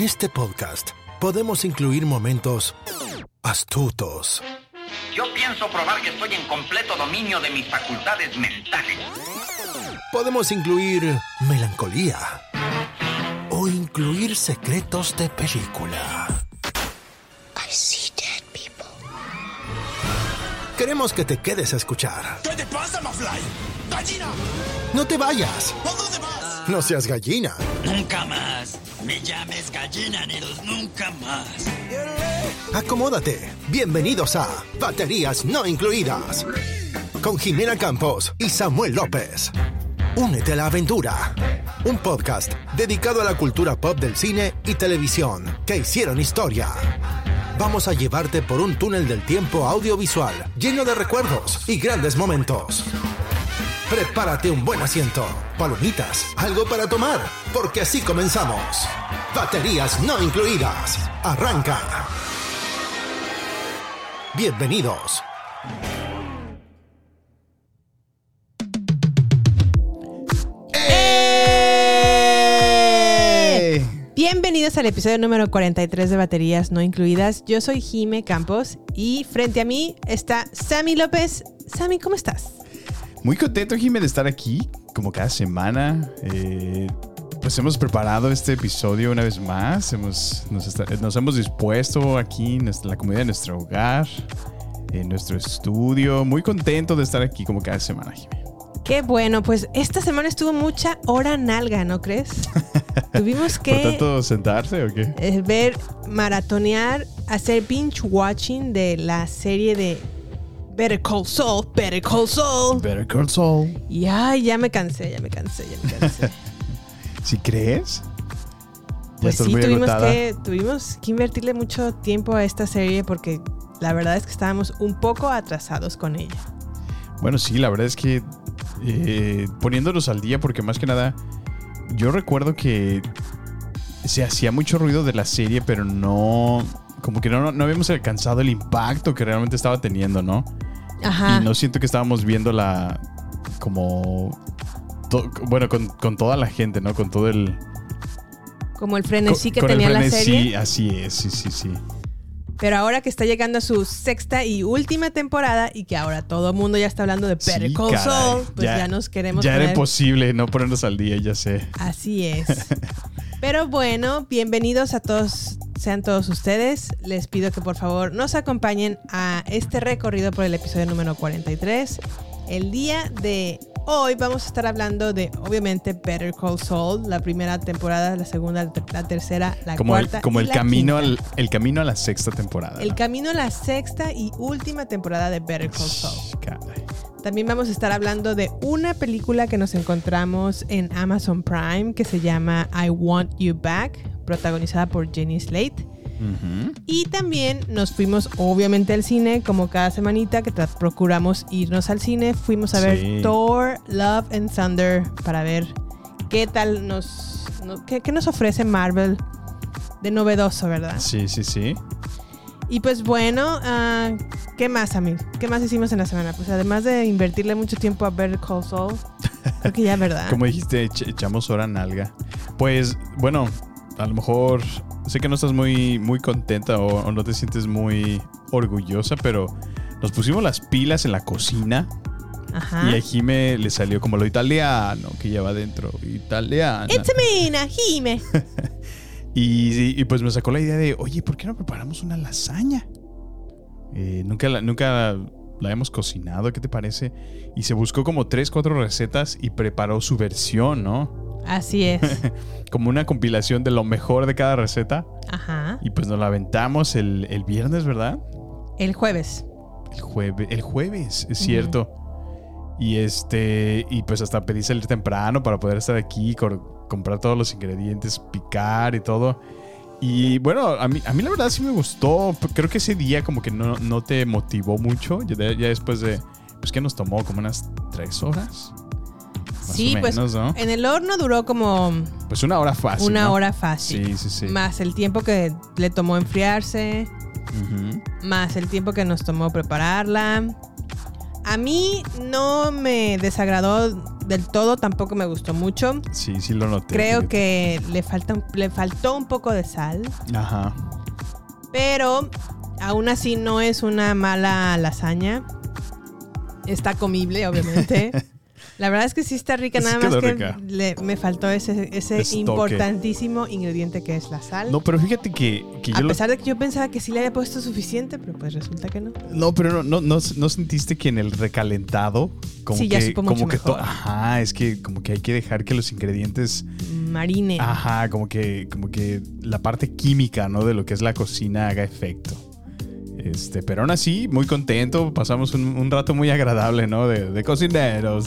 este podcast podemos incluir momentos astutos. Yo pienso probar que estoy en completo dominio de mis facultades mentales. Podemos incluir melancolía o incluir secretos de película. I see dead people. Queremos que te quedes a escuchar. ¿Qué te pasa, Mafly? ¡Gallina! ¡No te vayas! ¿A dónde vas? ¡No seas gallina! Nunca más. Me llames gallina, Neros, nunca más. Acomódate. Bienvenidos a Baterías No Incluidas. Con Jimena Campos y Samuel López. Únete a la aventura. Un podcast dedicado a la cultura pop del cine y televisión que hicieron historia. Vamos a llevarte por un túnel del tiempo audiovisual lleno de recuerdos y grandes momentos. Prepárate un buen asiento, palomitas, algo para tomar, porque así comenzamos. Baterías No Incluidas. Arranca. Bienvenidos. Bienvenidos al episodio número 43 de Baterías No Incluidas. Yo soy Jime Campos y frente a mí está Sammy López. Sammy, ¿cómo estás? Muy contento, Jime, de estar aquí, como cada semana. Pues hemos preparado este episodio una vez más. Nos hemos dispuesto aquí en la comodidad de nuestro hogar, en nuestro estudio. Muy contento de estar aquí como cada semana, Jime. Qué bueno, pues esta semana estuvo mucha hora nalga, ¿no crees? Tuvimos que... ¿Por tanto sentarse o qué? Ver, maratonear, hacer binge watching de la serie de Better Call Saul. Better Call Saul. Better Call Saul. Y ay, ya me cansé. ¿Sí crees? Pues sí, tuvimos que invertirle mucho tiempo a esta serie porque la verdad es que estábamos un poco atrasados con ella. Bueno, sí, la verdad es que poniéndonos al día, porque más que nada yo recuerdo que se hacía mucho ruido de la serie, pero no habíamos alcanzado el impacto que realmente estaba teniendo, ¿no? Ajá. Y no siento que estábamos viéndola como con toda la gente, ¿no? Con todo el... Como el frenesí que tenía la serie. Sí, así es, sí. Pero ahora que está llegando a su sexta y última temporada y que ahora todo el mundo ya está hablando de Better Call Saul, pues ya nos queremos Ya era imposible no ponernos al día, ya sé. Así es. Pero bueno, bienvenidos a todos, sean todos ustedes. Les pido que por favor nos acompañen a este recorrido por el episodio número 43. El día de hoy vamos a estar hablando de, obviamente, Better Call Saul, la primera temporada, la segunda, la tercera, la cuarta como y el la camino quinta. el camino a la sexta temporada. El camino a la sexta y última temporada de Better Call Saul. Caray. También vamos a estar hablando de una película que nos encontramos en Amazon Prime que se llama I Want You Back, protagonizada por Jenny Slate. Uh-huh. Y también nos fuimos obviamente al cine, como cada semanita que procuramos irnos al cine. Fuimos a ver Thor, Love and Thunder para ver qué tal qué nos ofrece Marvel de novedoso, ¿verdad? Sí. Y pues bueno, ¿qué más, Amir? ¿Qué más hicimos en la semana? Pues además de invertirle mucho tiempo a Better Call Saul, creo que ya, ¿verdad? Como dijiste, echamos hora nalga. Pues bueno, a lo mejor sé que no estás muy, muy contenta o no te sientes muy orgullosa, pero nos pusimos las pilas en la cocina. Ajá. Y a Jime le salió como lo italiano que lleva adentro. Italiana. It's me, Jime. Y pues me sacó la idea de, oye, ¿por qué no preparamos una lasaña? Nunca la hemos cocinado, ¿qué te parece? Y se buscó como 3-4 recetas y preparó su versión, ¿no? Así es. Como una compilación de lo mejor de cada receta. Ajá. Y pues nos la aventamos el viernes, ¿verdad? El jueves. El jueves, es cierto. Y pues hasta pedí salir temprano para poder estar aquí, comprar todos los ingredientes, picar y todo. Y bueno, a mí la verdad sí me gustó. Creo que ese día como que no te motivó mucho. Ya después de... Pues que nos tomó como unas 3 horas. Sí, menos, pues ¿no? En el horno duró como... Pues 1 hora fácil. Una ¿no? hora fácil. Sí. Más el tiempo que le tomó enfriarse. Uh-huh. Más el tiempo que nos tomó prepararla. A mí no me desagradó del todo, tampoco me gustó mucho. Sí, sí lo noté. Creo que le faltó un poco de sal. Ajá. Pero aún así no es una mala lasaña. Está comible, obviamente. La verdad es que sí está rica, nada más que me faltó ese importantísimo ingrediente que es la sal. No, pero fíjate que a pesar de que yo pensaba que sí le había puesto suficiente, pero pues resulta que no. No, pero no sentiste que en el recalentado como sí, que, ya supo mucho como que mejor. Ajá, es que como que hay que dejar que los ingredientes marinen. Ajá, como que la parte química, ¿no? De lo que es la cocina haga efecto. Pero aún así, muy contento. Pasamos un rato muy agradable, ¿no? De cocineros.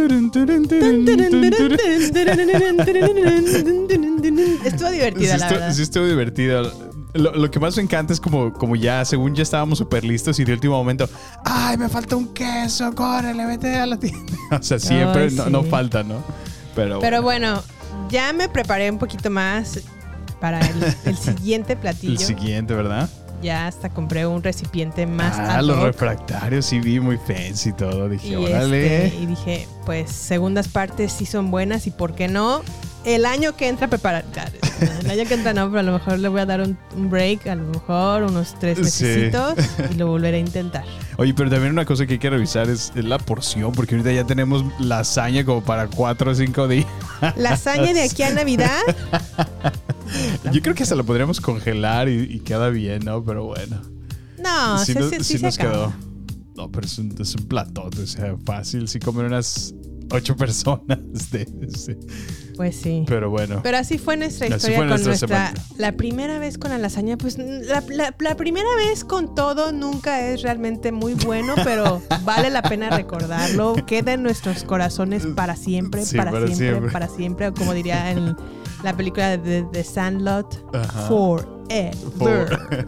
Estuvo divertida, la verdad. Sí, estuvo divertido. Lo que más me encanta es como ya, según ya estábamos súper listos y de último momento, ¡ay, me falta un queso! ¡Córrele, vete a la tienda! O sea, siempre sí. no falta, ¿no? Pero bueno, ya me preparé un poquito más para el siguiente platillo. El siguiente, ¿verdad? Ya hasta compré un recipiente más ad hoc. Los refractarios sí vi muy fancy y todo. Dije, órale. Y dije, pues segundas partes sí son buenas y ¿por qué no? El año que entra preparar. El año que entra no, pero a lo mejor le voy a dar un break, a lo mejor unos 3 mesecitos y lo volveré a intentar. Oye, pero también una cosa que hay que revisar es la porción, porque ahorita ya tenemos lasaña como para 4 o 5 días. ¿Lasaña de aquí a Navidad? Yo creo que hasta lo podríamos congelar y queda bien, ¿no? Pero bueno. No, sí nos quedó. No, pero es un platote, o sea, fácil. Si comen unas 8 personas. Pues sí. Pero bueno. Pero así fue nuestra historia con nuestra... La primera vez con la lasaña, pues la primera vez con todo nunca es realmente muy bueno, pero vale la pena recordarlo. Queda en nuestros corazones para siempre, sí, para siempre. O como diría en la película de The Sandlot, forever.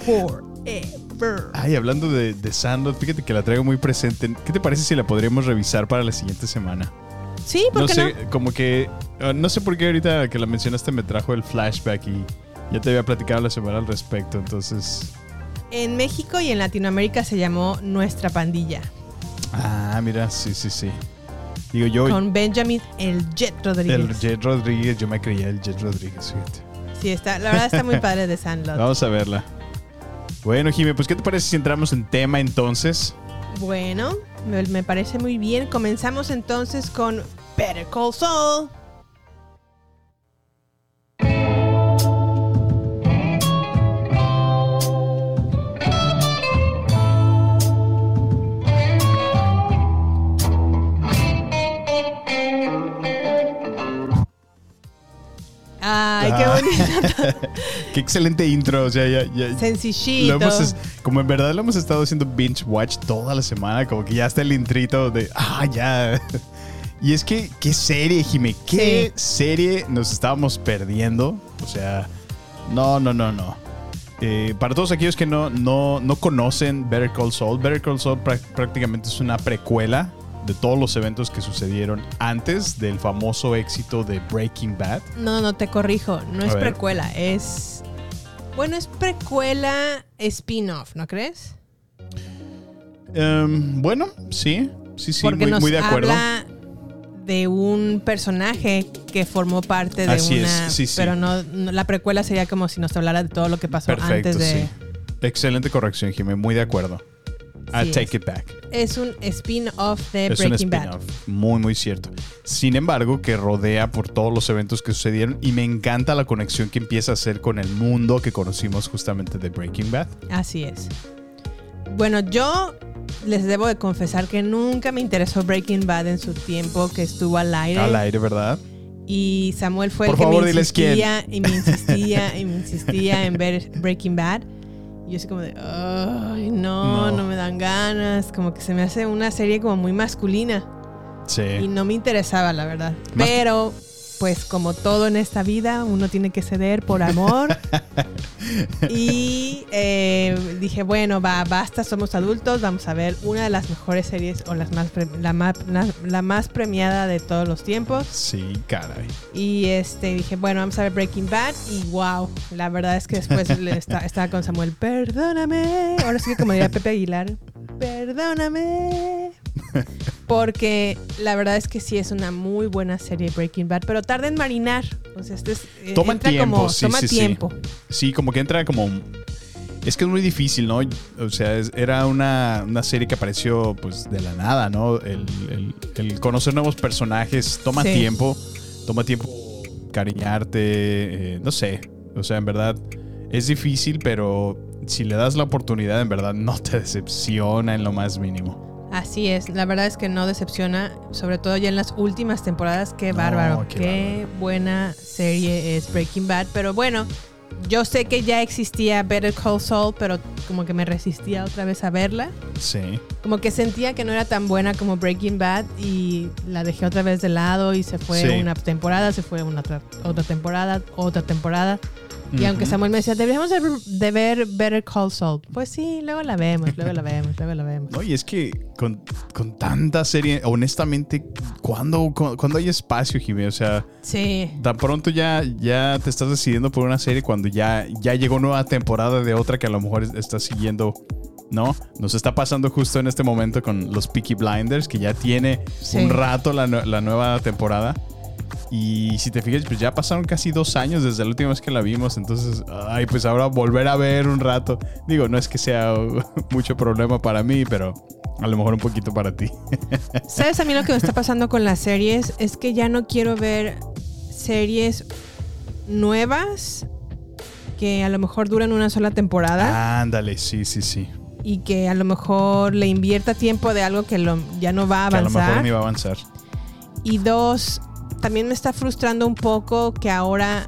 Ay, hablando de Sandlot, fíjate que la traigo muy presente. ¿Qué te parece si la podríamos revisar para la siguiente semana? Sí, ¿por qué no? Como que no sé por qué ahorita que la mencionaste me trajo el flashback y ya te había platicado la semana al respecto, entonces... En México y en Latinoamérica se llamó Nuestra Pandilla. Ah, mira, sí. Digo yo... Con Benjamin el Jet Rodríguez. El Jet Rodríguez, yo me creía el Jet Rodríguez, fíjate. Sí, la verdad está muy padre de Sandlot. Vamos a verla. Bueno, Jimé, pues ¿qué te parece si entramos en tema entonces? Bueno, me parece muy bien. Comenzamos entonces con Better Call Saul. Ay, qué bonito. Qué excelente intro, o sea, ya sencillito. Como en verdad lo hemos estado haciendo binge watch toda la semana, como que ya está el intrito de ya. Y es que qué serie, Jimé, qué serie nos estábamos perdiendo. O sea, no. Para todos aquellos que no conocen Better Call Saul prácticamente es una precuela de todos los eventos que sucedieron antes del famoso éxito de Breaking Bad. No, te corrijo. No es precuela, es... Bueno, es precuela spin-off, ¿no crees? Bueno, sí. Porque muy de acuerdo. Habla de un personaje que formó parte de Así una... es, sí. Pero no, la precuela sería como si nos hablara de todo lo que pasó antes de... Sí. Excelente corrección, Jimmy. Muy de acuerdo. I take it back. Es un spin-off de Breaking Bad. Muy, muy cierto. Sin embargo, que rodea por todos los eventos que sucedieron y me encanta la conexión que empieza a hacer con el mundo que conocimos justamente de Breaking Bad. Así es. Bueno, yo les debo de confesar que nunca me interesó Breaking Bad en su tiempo que estuvo al aire. Al aire, ¿verdad? Y Samuel fue por el que favor, me insistía quién. y me insistía en ver Breaking Bad. Y yo así como de, ay, no me dan ganas. Como que se me hace una serie como muy masculina. Sí. Y no me interesaba, la verdad. Pero, pues como todo en esta vida, uno tiene que ceder por amor. Y dije, bueno, basta, somos adultos. Vamos a ver una de las mejores series o la más premiada de todos los tiempos. Sí, caray. Y dije, bueno, vamos a ver Breaking Bad. Y wow, la verdad es que después estaba con Samuel, perdóname. Ahora sí que como diría Pepe Aguilar, perdóname Porque la verdad es que sí es una muy buena serie Breaking Bad, pero tarda en marinar. O sea, toma tiempo, toma tiempo. Sí, como que entra como... Es que es muy difícil, ¿no? O sea, era una serie que apareció pues de la nada, ¿no? El conocer nuevos personajes toma tiempo. Toma tiempo cariñarte, no sé. O sea, en verdad es difícil, pero si le das la oportunidad, en verdad no te decepciona en lo más mínimo. Así es, la verdad es que no decepciona, sobre todo ya en las últimas temporadas. Qué bárbaro, qué buena serie es Breaking Bad. Pero bueno, yo sé que ya existía Better Call Saul, pero como que me resistía otra vez a verla. Sí. Como que sentía que no era tan buena como Breaking Bad y la dejé otra vez de lado y se fue una temporada, se fue otra temporada. Y aunque Samuel me decía, deberíamos de ver Better Call Saul. Pues sí, luego la vemos. No, y es que con tanta serie, honestamente, ¿cuándo hay espacio, Jimmy? O sea, sí. Tan pronto ya te estás decidiendo por una serie cuando ya llegó nueva temporada de otra que a lo mejor estás siguiendo, ¿no? Nos está pasando justo en este momento con los Peaky Blinders, que ya tiene un rato la nueva temporada. Y si te fijas, pues ya pasaron casi 2 años desde la última vez que la vimos. Entonces, pues ahora volver a ver un rato. Digo, no es que sea mucho problema para mí, pero a lo mejor un poquito para ti. ¿Sabes? A mí lo que me está pasando con las series es que ya no quiero ver series nuevas que a lo mejor duran una sola temporada. Ándale, sí. Y que a lo mejor le invierta tiempo de algo que ya no va a avanzar. Que a lo mejor ni va a avanzar. Y 2, también me está frustrando un poco que ahora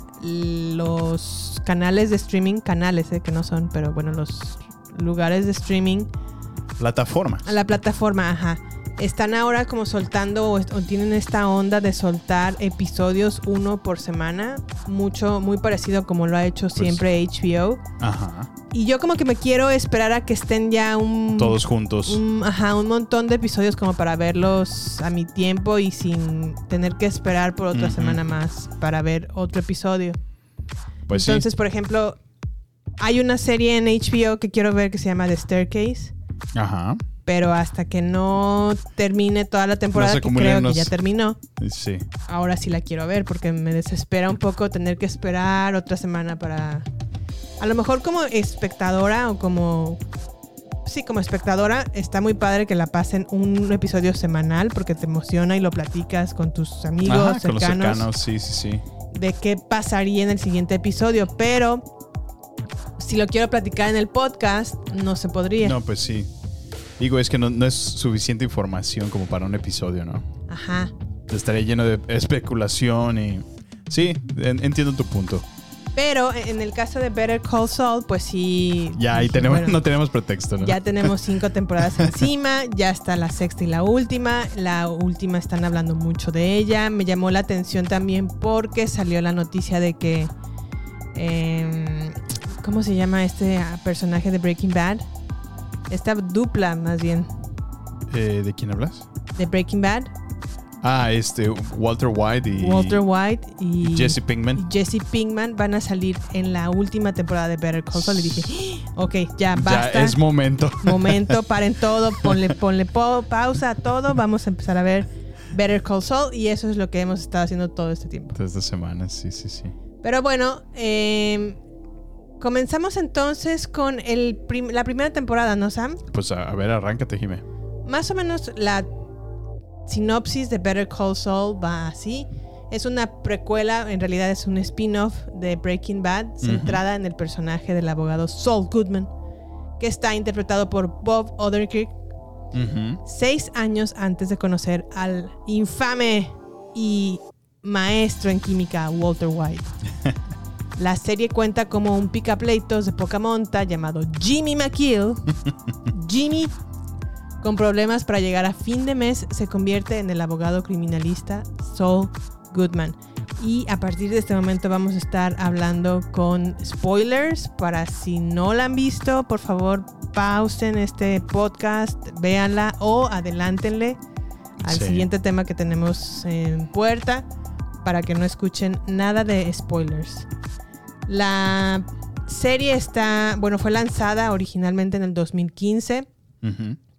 los canales de streaming, que no son, pero bueno, los lugares de streaming. Plataformas. La plataforma, ajá. Están ahora como soltando o tienen esta onda de soltar episodios 1 por semana. Muy parecido como lo ha hecho siempre HBO. Ajá. Y yo como que me quiero esperar a que estén ya todos juntos. Un montón de episodios como para verlos a mi tiempo y sin tener que esperar por otra semana más para ver otro episodio. Pues entonces, por ejemplo, hay una serie en HBO que quiero ver que se llama The Staircase. Ajá. Pero hasta que no termine toda la temporada, que creo que ya terminó, sí. Ahora sí la quiero ver porque me desespera un poco tener que esperar otra semana para... A lo mejor como espectadora o como... Sí, como espectadora está muy padre que la pasen un episodio semanal porque te emociona y lo platicas con tus amigos cercanos. Con los cercanos, sí. De qué pasaría en el siguiente episodio, pero si lo quiero platicar en el podcast, no se podría. No, pues sí. Digo, es que no es suficiente información como para un episodio, ¿no? Ajá. Estaría lleno de especulación y... Sí, entiendo tu punto. Pero en el caso de Better Call Saul, pues sí... Ya, ahí no tenemos pretexto, ¿no? Ya tenemos 5 temporadas encima, ya está la sexta y la última. La última están hablando mucho de ella. Me llamó la atención también porque salió la noticia de que... ¿cómo se llama este personaje de Breaking Bad? Esta dupla, más bien. ¿De quién hablas? De Breaking Bad. Walter White y Jesse Pinkman. Y Jesse Pinkman van a salir en la última temporada de Better Call Saul. Y dije, ok, ya basta. Ya es momento. Paren todo, ponle pausa a todo. Vamos a empezar a ver Better Call Saul. Y eso es lo que hemos estado haciendo todo este tiempo. Todas estas semanas, sí. Pero bueno, comenzamos entonces con la primera temporada, ¿no, Sam? Pues a ver, arráncate, Jimé. Más o menos la sinopsis de Better Call Saul va así. Es una precuela, en realidad es un spin-off de Breaking Bad, centrada en el personaje del abogado Saul Goodman, que está interpretado por Bob Odenkirk, 6 años antes de conocer al infame y maestro en química Walter White. La serie cuenta como un picapleitos de poca monta llamado Jimmy McGill. Jimmy, con problemas para llegar a fin de mes, se convierte en el abogado criminalista Saul Goodman. Y a partir de este momento vamos a estar hablando con spoilers. Para si no la han visto, por favor, pausen este podcast, véanla o adelántenle al siguiente tema que tenemos en puerta para que no escuchen nada de spoilers. La serie fue lanzada originalmente en el 2015. Que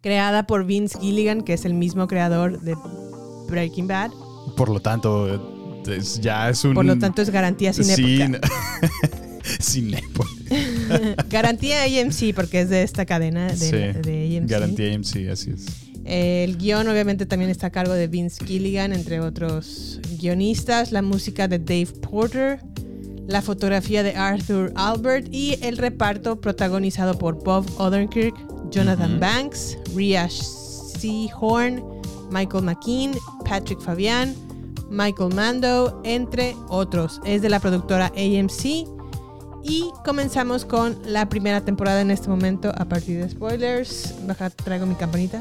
creada por Vince Gilligan, que es el mismo creador de Breaking Bad. Por lo tanto, ya es un... Por lo tanto, es garantía Cinépolis. Sin Cinépolis. Garantía AMC, porque es de esta cadena de AMC. Garantía AMC, así es. El guión obviamente también está a cargo de Vince Gilligan, entre otros guionistas. La música de Dave Porter. La fotografía de Arthur Albert. Y el reparto protagonizado por Bob Odenkirk, Jonathan Banks, Rhea Seehorn, Michael McKean, Patrick Fabian, Michael Mando, entre otros. Es de la productora AMC. Y comenzamos con la primera temporada en este momento a partir de spoilers. Traigo mi campanita.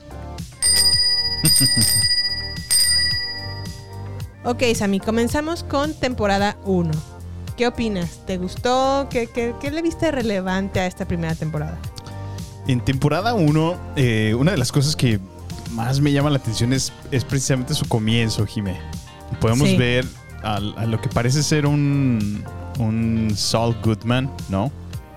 Ok, Sammy, comenzamos con temporada 1. ¿Qué opinas? ¿Te gustó? ¿Qué le viste relevante a esta primera temporada? En temporada 1, una de las cosas que más me llama la atención es precisamente su comienzo, Jimé. Podemos ver a lo que parece ser un Saul Goodman, ¿no?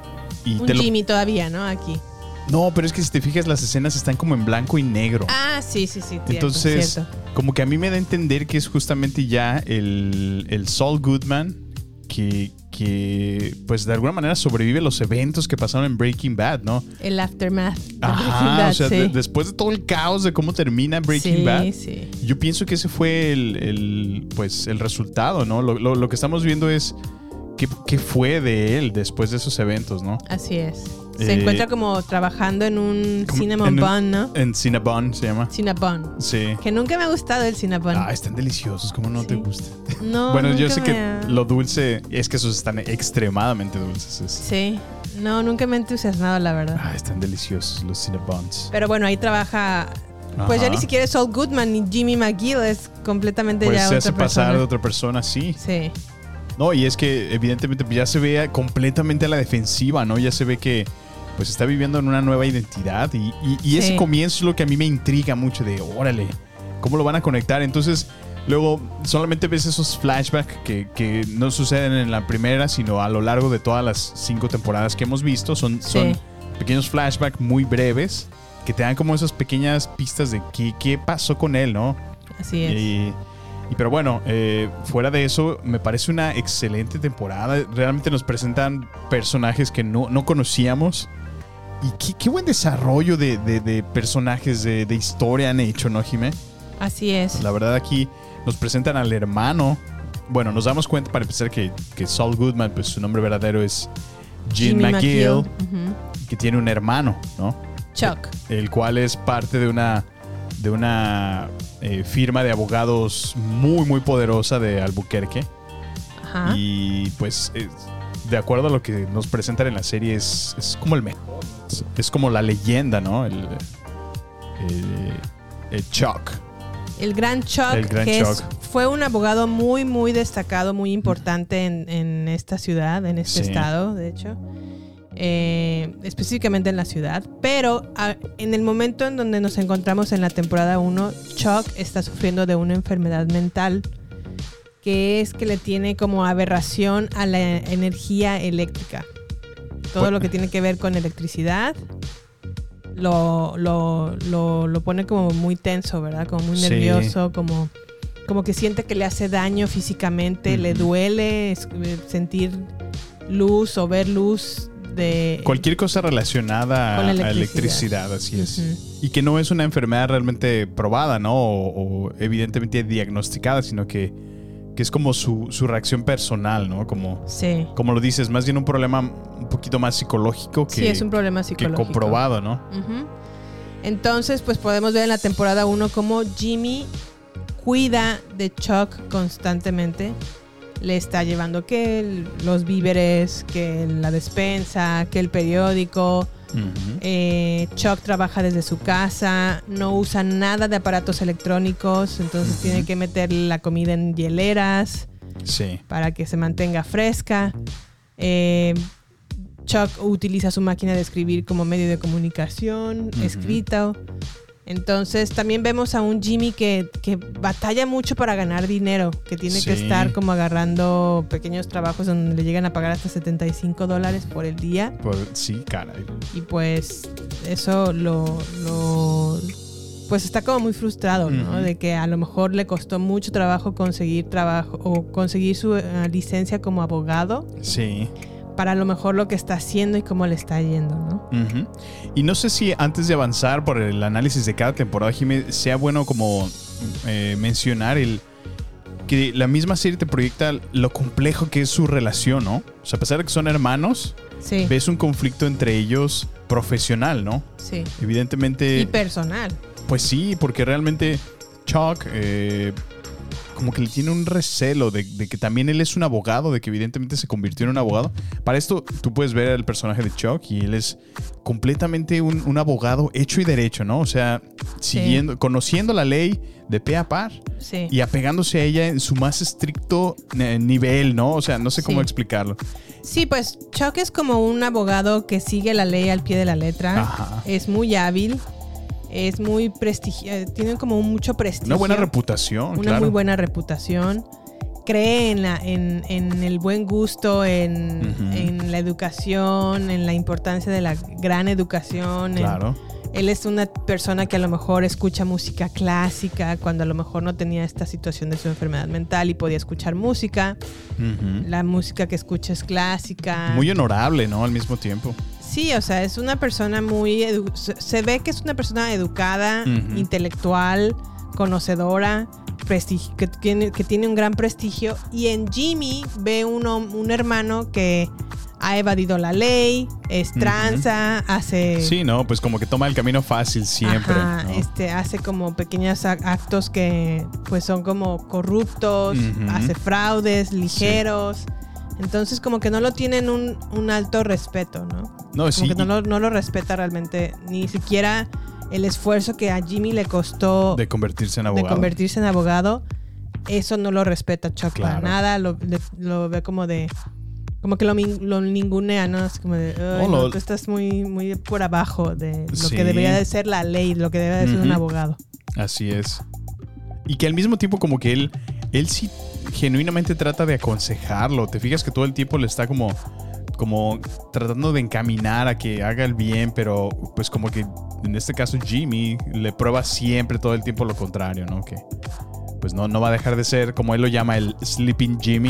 Y Jimmy todavía, ¿no? Aquí. No, pero es que si te fijas, las escenas están como en blanco y negro. Ah, sí. Entonces, cierto. Como que a mí me da a entender que es justamente ya el Saul Goodman que pues de alguna manera sobrevive los eventos que pasaron en Breaking Bad, ¿no? El aftermath. Ajá, o sea, después de todo el caos de cómo termina Breaking Bad, yo pienso que ese fue el resultado, ¿no? Lo que estamos viendo es qué fue de él después de esos eventos, ¿no? Así es. Se encuentra como trabajando en un Cinnamon Bun, ¿no? En Cinnabon se llama. Cinnabon. Sí. Que nunca me ha gustado el Cinnabon. Están deliciosos, ¿cómo no te gusta? No. Bueno, yo sé que lo dulce, es que esos están extremadamente dulces. Sí. No, nunca me he entusiasmado, la verdad. Están deliciosos los Cinnabons. Pero bueno, ahí trabaja... Pues ya ni siquiera es Saul Goodman ni Jimmy McGill, es completamente pues ya otra persona. Pues se hace persona. pasar de otra persona, sí. Sí. No, y es que evidentemente ya se ve completamente a la defensiva, ¿no? Ya se ve que pues está viviendo en una nueva identidad y ese comienzo es lo que a mí me intriga mucho de, órale, ¿cómo lo van a conectar? Entonces, luego solamente ves esos flashbacks que no suceden en la primera, sino a lo largo de todas las 5 temporadas que hemos visto. Son pequeños flashbacks muy breves que te dan como esas pequeñas pistas de qué pasó con él, ¿no? Así es. Pero bueno, fuera de eso, me parece una excelente temporada. Realmente nos presentan personajes que no conocíamos. Y qué buen desarrollo de personajes de historia han hecho, ¿no, Jimé? Así es. La verdad, aquí nos presentan al hermano. Bueno, nos damos cuenta para empezar que Saul Goodman, pues su nombre verdadero es Jim McGill, que tiene un hermano, ¿no? Chuck. El cual es parte de una firma de abogados muy, muy poderosa de Albuquerque. Ajá. Y pues, de acuerdo a lo que nos presentan en la serie, es como el mejor. Es como la leyenda, ¿no? El Chuck. El gran Chuck. Fue un abogado muy, muy destacado, muy importante en esta ciudad, en este estado, de hecho. Específicamente en la ciudad. Pero en el momento en donde nos encontramos en la temporada 1, Chuck está sufriendo de una enfermedad mental que es que le tiene como aberración a la energía eléctrica. Todo lo que tiene que ver con electricidad lo pone como muy tenso, ¿verdad? Como muy nervioso, como que siente que le hace daño físicamente, le duele sentir luz o ver luz de... Cualquier cosa relacionada a electricidad, así es. Y que no es una enfermedad realmente probada, ¿no? O evidentemente diagnosticada, sino que es como su reacción personal, ¿no? Como lo dices, más bien un problema un poquito más psicológico que... Sí, es un problema psicológico. Que comprobado, ¿no? Entonces, pues podemos ver en la temporada 1 cómo Jimmy cuida de Chuck constantemente. Le está llevando que los víveres, que la despensa, que el periódico. Chuck trabaja desde su casa, no usa nada de aparatos electrónicos, entonces tiene que meter la comida en hieleras para que se mantenga fresca. Chuck utiliza su máquina de escribir como medio de comunicación, escrito. Entonces también vemos a un Jimmy que batalla mucho para ganar dinero, que tiene que estar como agarrando pequeños trabajos donde le llegan a pagar hasta $75 por el día. Sí, caray. Y pues eso pues está como muy frustrado, ¿no? De que a lo mejor le costó mucho trabajo conseguir trabajo o conseguir su licencia como abogado. Sí. Para a lo mejor lo que está haciendo y cómo le está yendo, ¿no? Y no sé si antes de avanzar por el análisis de cada temporada, Jimé, sea bueno como mencionar que la misma serie te proyecta lo complejo que es su relación, ¿no? O sea, a pesar de que son hermanos, ves un conflicto entre ellos profesional, ¿no? Sí. Evidentemente. Y personal. Pues sí, porque realmente Chuck como que le tiene un recelo de que también él es un abogado, de que evidentemente se convirtió en un abogado. Para esto tú puedes ver al personaje de Chuck y él es completamente un abogado hecho y derecho, ¿no? O sea, conociendo la ley de pe a par y apegándose a ella en su más estricto nivel, ¿no? O sea, no sé cómo explicarlo. Sí, pues Chuck es como un abogado que sigue la ley al pie de la letra. Ajá. Es muy hábil. Es muy prestigioso, tiene como mucho prestigio. Una buena reputación, Una muy buena reputación. Cree en el buen gusto, en la educación, en la importancia de la gran educación. Claro. Él es una persona que a lo mejor escucha música clásica cuando a lo mejor no tenía esta situación de su enfermedad mental y podía escuchar música. La música que escucha es clásica. Muy honorable, ¿no? Al mismo tiempo. Sí, o sea, es una persona se ve que es una persona educada, intelectual, conocedora, que tiene un gran prestigio. Y en Jimmy ve un hermano que ha evadido la ley, es tranza, hace... Sí, ¿no? Pues como que toma el camino fácil siempre. Ajá, ¿no? Hace como pequeños actos que pues son como corruptos, hace fraudes ligeros. Sí. Entonces como que no lo tienen un alto respeto, ¿no? No, como sí. que no lo respeta realmente, ni siquiera el esfuerzo que a Jimmy le costó de convertirse en abogado. Eso no lo respeta Chuck para nada, lo ve como que lo ningunea, ¿no? Es como de, tú estás muy, muy por abajo de lo que debería de ser la ley, lo que debe de ser un abogado. Así es. Y que al mismo tiempo como que él sí genuinamente trata de aconsejarlo. Te fijas que todo el tiempo le está como tratando de encaminar a que haga el bien, pero pues como que en este caso Jimmy le prueba siempre todo el tiempo lo contrario, ¿no? Que pues no va a dejar de ser, como él lo llama, el Sleeping Jimmy.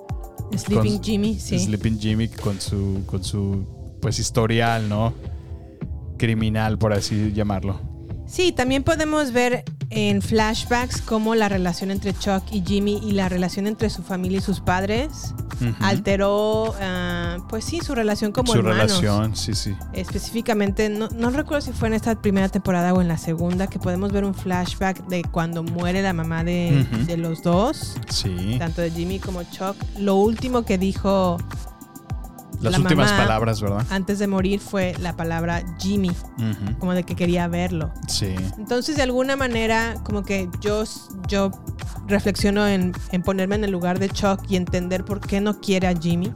Jimmy, sí. Sleeping Jimmy con su pues historial, ¿no? Criminal, por así llamarlo. Sí, también podemos ver en flashbacks cómo la relación entre Chuck y Jimmy y la relación entre su familia y sus padres alteró, pues sí, su relación como hermanos. Su relación, sí. Específicamente, no recuerdo si fue en esta primera temporada o en la segunda, que podemos ver un flashback de cuando muere la mamá de los dos. Sí. Tanto de Jimmy como Chuck. Lo último que dijo... Las últimas palabras, ¿verdad? Antes de morir fue la palabra Jimmy, como de que quería verlo. Sí. Entonces, de alguna manera, como que yo reflexiono en ponerme en el lugar de Chuck y entender por qué no quiere a Jimmy.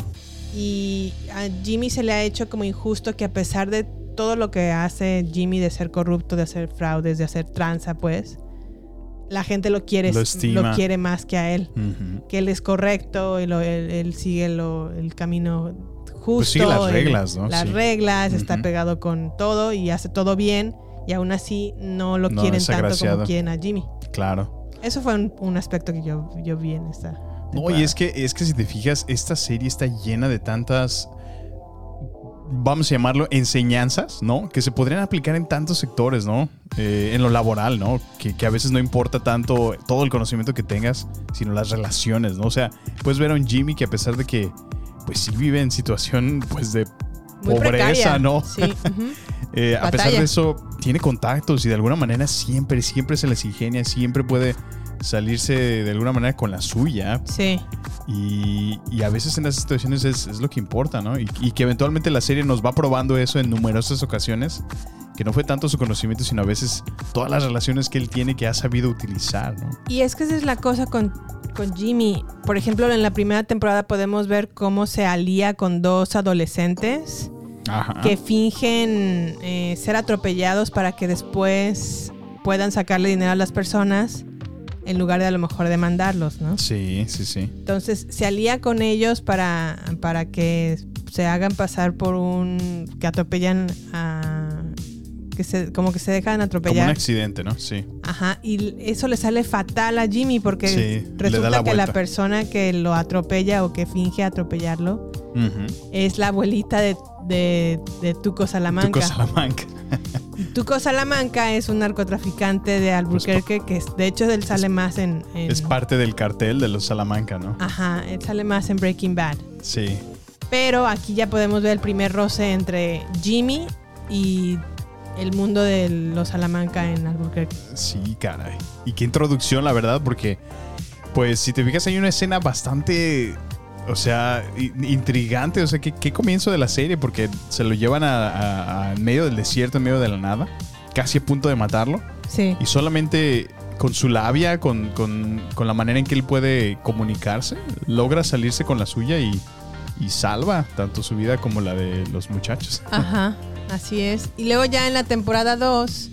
Y a Jimmy se le ha hecho como injusto que a pesar de todo lo que hace Jimmy de ser corrupto, de hacer fraudes, de hacer tranza, pues... la gente lo quiere más que a él. Que él es correcto y él sigue el camino justo. Pues sigue las reglas, ¿no? Las reglas, está pegado con todo y hace todo bien. Y aún así no lo quieren tanto como quieren a Jimmy. Claro. Eso fue un aspecto que yo vi en esta temporada. No, y es que si te fijas, esta serie está llena de tantas... vamos a llamarlo enseñanzas, ¿no? Que se podrían aplicar en tantos sectores, ¿no? En lo laboral, ¿no? Que a veces no importa tanto todo el conocimiento que tengas, sino las relaciones, ¿no? O sea, puedes ver a un Jimmy que a pesar de que, pues sí vive en situación, pues de muy pobreza, precaria, ¿no? Sí. A pesar de eso, tiene contactos y de alguna manera siempre se les ingenia, siempre puede salirse de alguna manera con la suya. Sí. Y a veces en las situaciones es lo que importa, ¿no? Y que eventualmente la serie nos va probando eso en numerosas ocasiones, que no fue tanto su conocimiento, sino a veces todas las relaciones que él tiene que ha sabido utilizar, ¿no? Y es que esa es la cosa con Jimmy. Por ejemplo, en la primera temporada podemos ver cómo se alía con dos adolescentes Ajá. que fingen ser atropellados para que después puedan sacarle dinero a las personas en lugar de a lo mejor demandarlos, ¿no? Sí. Entonces se alía con ellos para que se hagan pasar por que atropellan como que se dejan atropellar. Como un accidente, ¿no? Sí. Ajá, y eso le sale fatal a Jimmy porque Sí, le da resulta la que la vuelta. persona que lo atropella o que finge atropellarlo Ujú. es la abuelita de Tuco Salamanca. Tuco Salamanca. Tuco Salamanca es un narcotraficante de Albuquerque que de hecho él sale más en... Es parte del cartel de los Salamanca, ¿no? Ajá, él sale más en Breaking Bad. Sí. Pero aquí ya podemos ver el primer roce entre Jimmy y el mundo de los Salamanca en Albuquerque. Sí, caray. Y qué introducción, la verdad, porque, pues, si te fijas, hay una escena bastante, o sea, intrigante. O sea, qué comienzo de la serie, porque se lo llevan a en medio del desierto, en medio de la nada, casi a punto de matarlo. Sí. Y solamente con su labia, con la manera en que él puede comunicarse, logra salirse con la suya y salva tanto su vida como la de los muchachos. Ajá, así es. Y luego ya en la temporada 2,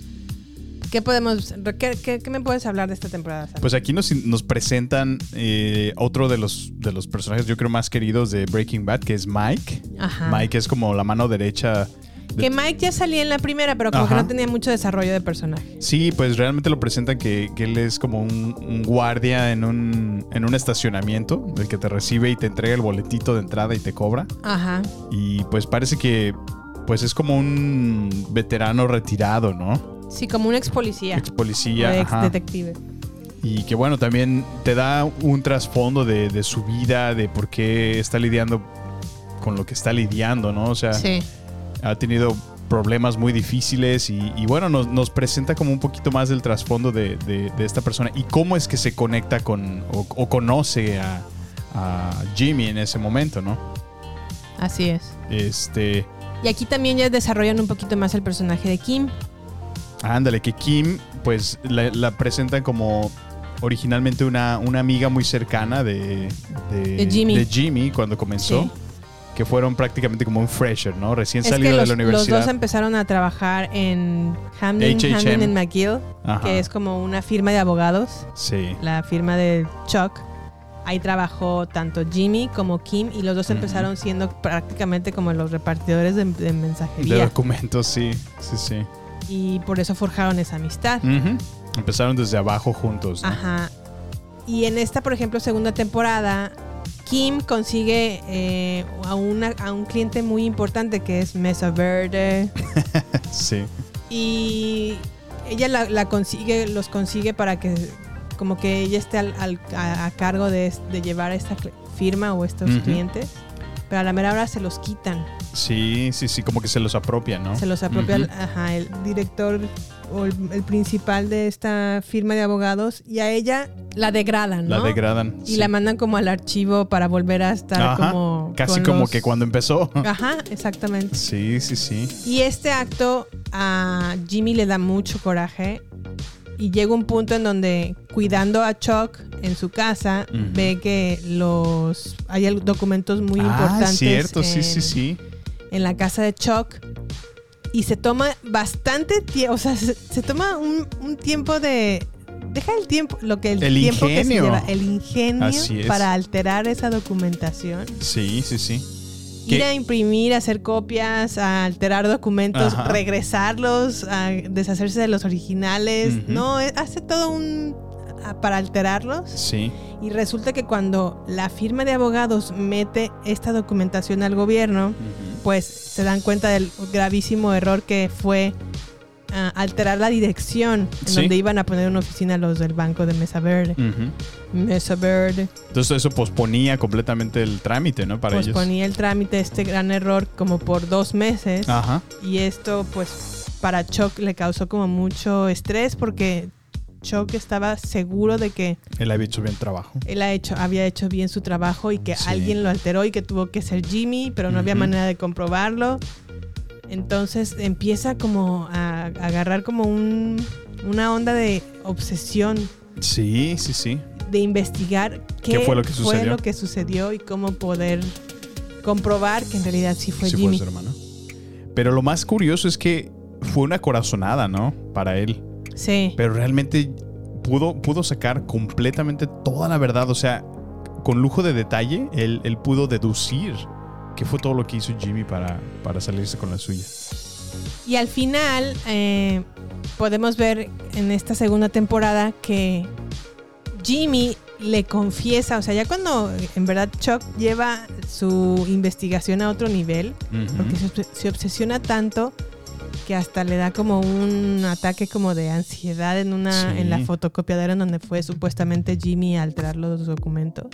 ¿qué me puedes hablar de esta temporada, Sam? Pues aquí nos presentan otro de los personajes, yo creo, más queridos de Breaking Bad, que es Mike. Ajá. Mike es como la mano derecha. Que Mike ya salía en la primera, pero como Ajá. que no tenía mucho desarrollo de personaje. Sí, pues realmente lo presentan que él es como un guardia en un estacionamiento, el que te recibe y te entrega el boletito de entrada y te cobra. Ajá. Y pues parece que pues es como un veterano retirado, ¿no? Sí, como un ex policía. Ex policía. O ex ajá. detective. Y que bueno, también te da un trasfondo de su vida, de por qué está lidiando con lo que está lidiando, ¿no? O sea, Sí. ha tenido problemas muy difíciles y bueno, nos presenta como un poquito más del trasfondo de esta persona y cómo es que se conecta con o conoce a Jimmy en ese momento, ¿no? Así es. Y aquí también ya desarrollan un poquito más el personaje de Kim. Ándale, que Kim pues la presentan como originalmente una amiga muy cercana de Jimmy cuando comenzó. Sí. Que fueron prácticamente como un fresher, ¿no? Recién Es salido que de la universidad. los dos empezaron a trabajar en Hamlin HHM. McGill, Ajá. que es como una firma de abogados, Sí. la firma de Chuck. Ahí trabajó tanto Jimmy como Kim y los dos empezaron siendo prácticamente como los repartidores de De mensajería. documentos, sí. Y por eso forjaron esa amistad. Ujú. Empezaron desde abajo juntos, ¿no? Ajá. Y en esta, por ejemplo, segunda temporada, Kim consigue a un cliente muy importante que es Mesa Verde. Sí. Y ella los consigue para que como que ella esté a cargo de llevar esta firma o estos clientes. Pero a la mera hora se los quitan. Sí, como que se los apropian, ¿no? Se los apropia Ujú. el director o el principal de esta firma de abogados y a ella la degradan, ¿no? La degradan. Y sí. la mandan como al archivo para volver a estar Ajá. como... Casi con como que cuando empezó. Ajá, exactamente. Sí. Y este acto a Jimmy le da mucho coraje y llega un punto en donde cuidando a Chuck en su casa ve que hay documentos muy importantes cierto, sí. en la casa de Chuck y se toma bastante tiempo, o sea, se toma un tiempo de... Deja el tiempo, el tiempo que se lleva, el ingenio Así es. para alterar esa documentación. Sí. Ir ¿Qué? a imprimir, hacer copias, a alterar documentos, Ajá. regresarlos, a deshacerse de los originales. Ujú. No, hace todo para alterarlos. Sí. Y resulta que cuando la firma de abogados mete esta documentación al gobierno, pues se dan cuenta del gravísimo error que fue alterar la dirección en Sí. donde iban a poner una oficina los del banco de Mesa Verde. Mesa Verde. Entonces eso posponía completamente el trámite, ¿no? Para ellos. Posponía el trámite, este gran error, como por 2 meses. Ajá. Y esto, pues, para Chuck le causó como mucho estrés porque Chuck estaba seguro de que Él había hecho bien trabajo. él había hecho bien su trabajo y que Sí. alguien lo alteró y que tuvo que ser Jimmy, pero no había manera de comprobarlo. Entonces empieza como a agarrar como una onda de obsesión, Sí. de investigar ¿Qué fue lo que sucedió? y cómo poder comprobar que en realidad sí fue Sí Jimmy. fue su hermano. Pero lo más curioso es que fue una corazonada, ¿no? Para él. Sí. Pero realmente pudo sacar completamente toda la verdad. O sea, con lujo de detalle, él pudo deducir qué fue todo lo que hizo Jimmy para salirse con la suya. Y al final podemos ver en esta segunda temporada que Jimmy le confiesa, o sea, ya cuando en verdad Chuck lleva su investigación a otro nivel, porque se obsesiona tanto que hasta le da como un ataque como de ansiedad en la fotocopiadora en donde fue supuestamente Jimmy a alterar los documentos.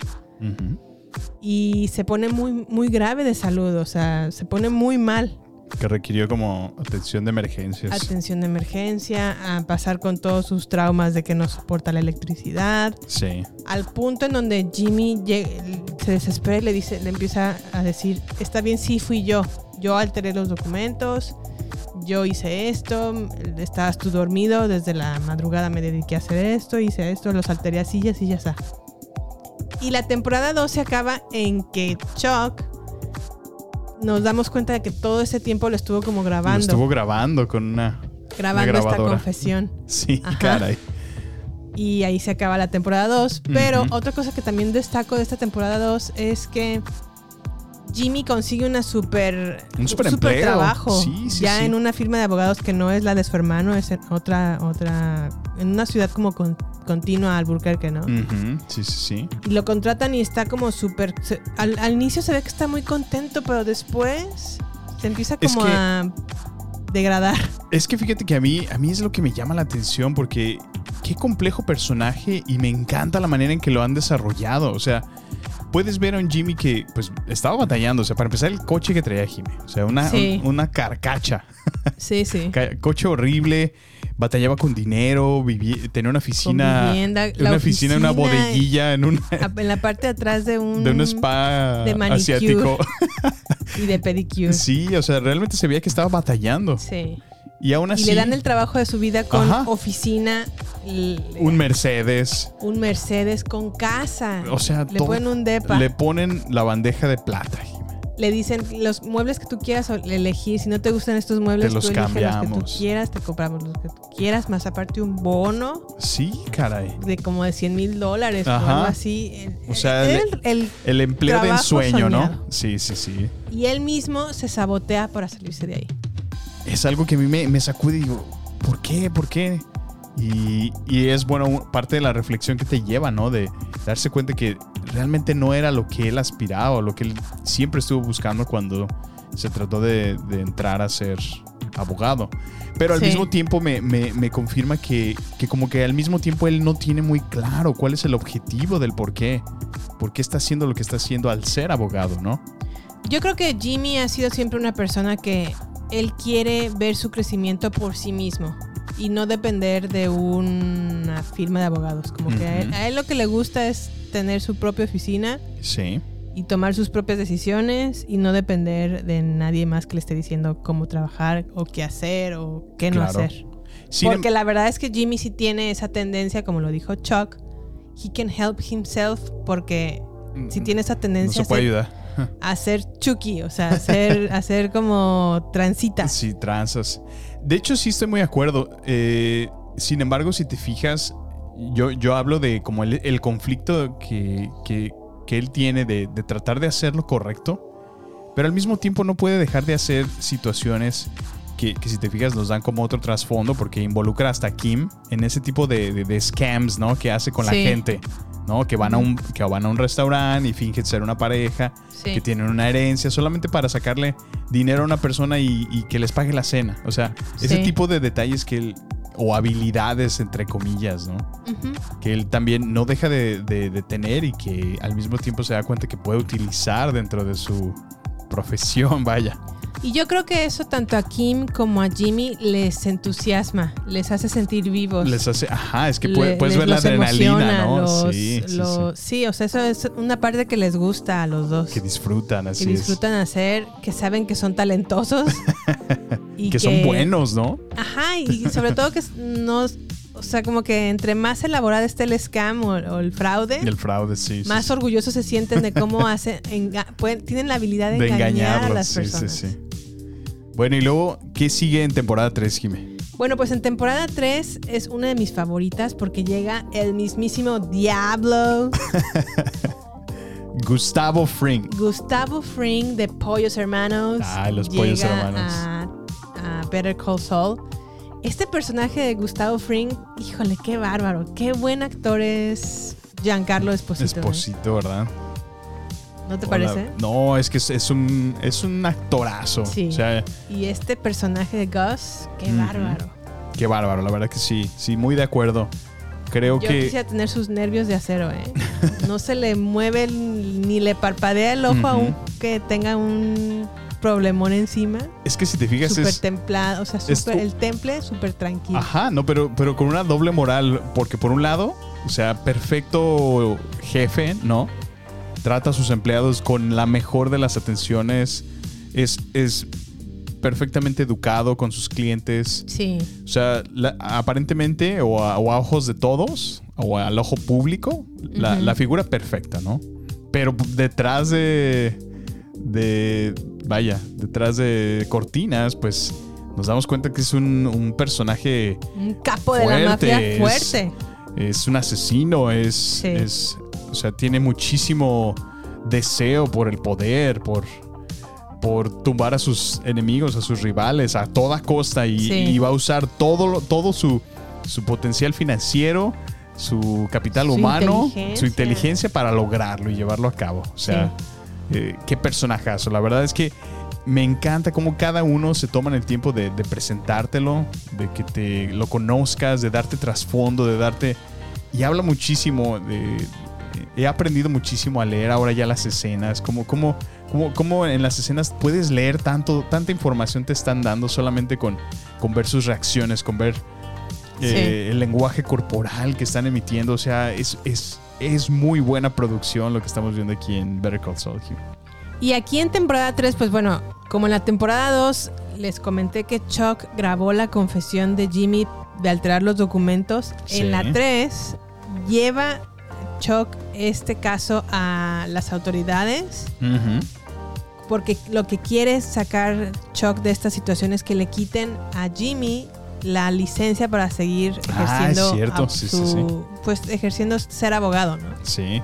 Y se pone muy, muy grave de salud, o sea, se pone muy mal. Que requirió como atención de emergencias. Atención de emergencia, a pasar con todos sus traumas de que no soporta la electricidad. Sí. Al punto en donde Jimmy se desespera y le empieza a decir, está bien, sí fui yo alteré los documentos, yo hice esto, estabas tú dormido, desde la madrugada me dediqué a hacer esto, hice esto, los alteré así y así ya está. Y la temporada 2 se acaba en que Chuck nos damos cuenta de que todo ese tiempo lo estuvo como grabando. Lo estuvo grabando con una grabando esta confesión. Sí, ajá. Caray. Y ahí se acaba la temporada 2. Pero otra cosa que también destaco de esta temporada 2 es que Jimmy consigue un super trabajo. Sí, ya en una firma de abogados que no es la de su hermano, es en otra en una ciudad como continua, Albuquerque, ¿no? Sí. Y lo contratan y está como súper... Al inicio se ve que está muy contento, pero después se empieza como a degradar. Es que fíjate que a mí es lo que me llama la atención, porque qué complejo personaje, y me encanta la manera en que lo han desarrollado. O sea, puedes ver a un Jimmy que pues estaba batallando. O sea, para empezar, el coche que traía Jimmy, o sea, una carcacha. Sí. Coche horrible. Batallaba con dinero, tenía una oficina, una bodeguilla en la parte de atrás de un spa de asiático y de pedicure. Sí, o sea, realmente se veía que estaba batallando. Sí. Y aún así, y le dan el trabajo de su vida con oficina, un Mercedes con casa. O sea, le ponen un depa. Le ponen la bandeja de plata. Le dicen, los muebles que tú quieras elegir, si no te gustan estos muebles, te los cambiamos. Los que tú quieras, te compramos los que tú quieras, más aparte un bono. Sí, caray. De como de $100,000 o algo así. O sea, el empleo de ensueño, soñado, ¿no? Sí. Y él mismo se sabotea para salirse de ahí. Es algo que a mí me sacude y digo, ¿por qué? Y es bueno, parte de la reflexión que te lleva, ¿no? De darse cuenta que realmente no era lo que él aspiraba, o lo que él siempre estuvo buscando cuando se trató de entrar a ser abogado. Pero al mismo tiempo me confirma que como que al mismo tiempo él no tiene muy claro cuál es el objetivo del por qué está haciendo lo que está haciendo al ser abogado, ¿no? Yo creo que Jimmy ha sido siempre una persona que él quiere ver su crecimiento por sí mismo y no depender de una firma de abogados. Como que a él lo que le gusta es tener su propia oficina. Sí. Y tomar sus propias decisiones y no depender de nadie más que le esté diciendo cómo trabajar o qué hacer o qué no hacer. Porque la verdad es que Jimmy sí tiene esa tendencia, como lo dijo Chuck, he can help himself, porque sí tiene esa tendencia no se puede ayudar a ser Chucky, o sea, hacer como transitas. Sí, tranzas. De hecho, sí estoy muy de acuerdo. Sin embargo, si te fijas, yo hablo de como el conflicto que él tiene de tratar de hacer lo correcto, pero al mismo tiempo no puede dejar de hacer situaciones que si te fijas nos dan como otro trasfondo, porque involucra hasta a Kim en ese tipo de scams, ¿no? Que hace con la gente, ¿no? Que van a un restaurante y fingen ser una pareja, que tienen una herencia solamente para sacarle dinero a una persona y que les pague la cena. O sea, ese tipo de detalles que él, o habilidades entre comillas, ¿no? Que él también no deja de tener, y que al mismo tiempo se da cuenta que puede utilizar dentro de su profesión, vaya. Y yo creo que eso tanto a Kim como a Jimmy les entusiasma, les hace sentir vivos. Les hace, es que puedes ver la adrenalina, ¿no? Sí, o sea, eso es una parte que les gusta a los dos. Que disfrutan, así es. Que disfrutan hacer, que saben que son talentosos. Y que son buenos, ¿no? Y sobre todo que no... O sea, como que entre más elaborada esté el scam o el fraude, más orgullosos se sienten de cómo tienen la habilidad de engañar a las personas. Bueno, y luego, ¿qué sigue en temporada 3, Jimé? Bueno, pues en temporada 3 es una de mis favoritas porque llega el mismísimo Diablo. Gustavo Fring. Gustavo Fring de Pollos Hermanos. Los Pollos Hermanos. A Better Call Saul. Este personaje de Gustavo Fring, híjole, qué bárbaro. Qué buen actor es Giancarlo Esposito. Esposito, ¿verdad? ¿No te parece? No, es que es un actorazo. Sí. O sea, y este personaje de Gus, qué bárbaro. Qué bárbaro, la verdad que sí. Sí, muy de acuerdo. Creo Yo que... quisiera tener sus nervios de acero, ¿eh? No se le mueve ni le parpadea el ojo aunque tenga un problemón encima. Es que si te fijas súper templado, o sea, el temple súper tranquilo. Ajá, no, pero con una doble moral. Porque por un lado, o sea, perfecto jefe, ¿no? Trata a sus empleados con la mejor de las atenciones. Es perfectamente educado con sus clientes. Sí. O sea, aparentemente, o a ojos de todos, o al ojo público, la figura perfecta, ¿no? Pero detrás detrás de cortinas, pues nos damos cuenta que es un personaje un capo de la mafia fuerte. Es un asesino, o sea, tiene muchísimo deseo por el poder, por tumbar a sus enemigos, a sus rivales, a toda costa, y va a usar todo su potencial financiero, su capital humano, su inteligencia para lograrlo y llevarlo a cabo. O sea, qué personajazo. La verdad es que me encanta cómo cada uno se toman el tiempo de presentártelo, de que te lo conozcas, de darte trasfondo, de darte... Y habla muchísimo he aprendido muchísimo a leer ahora ya las escenas, como en las escenas puedes leer tanta información te están dando solamente con ver sus reacciones, con ver el lenguaje corporal que están emitiendo. O sea, es muy buena producción lo que estamos viendo aquí en Better Call Saul. Y aquí en temporada 3, pues bueno, como en la temporada 2 les comenté que Chuck grabó la confesión de Jimmy de alterar los documentos, en la 3 lleva Chuck este caso a las autoridades porque lo que quiere sacar Chuck de esta situación es que le quiten a Jimmy la licencia para seguir ejerciendo pues ejerciendo ser abogado, ¿no? Sí.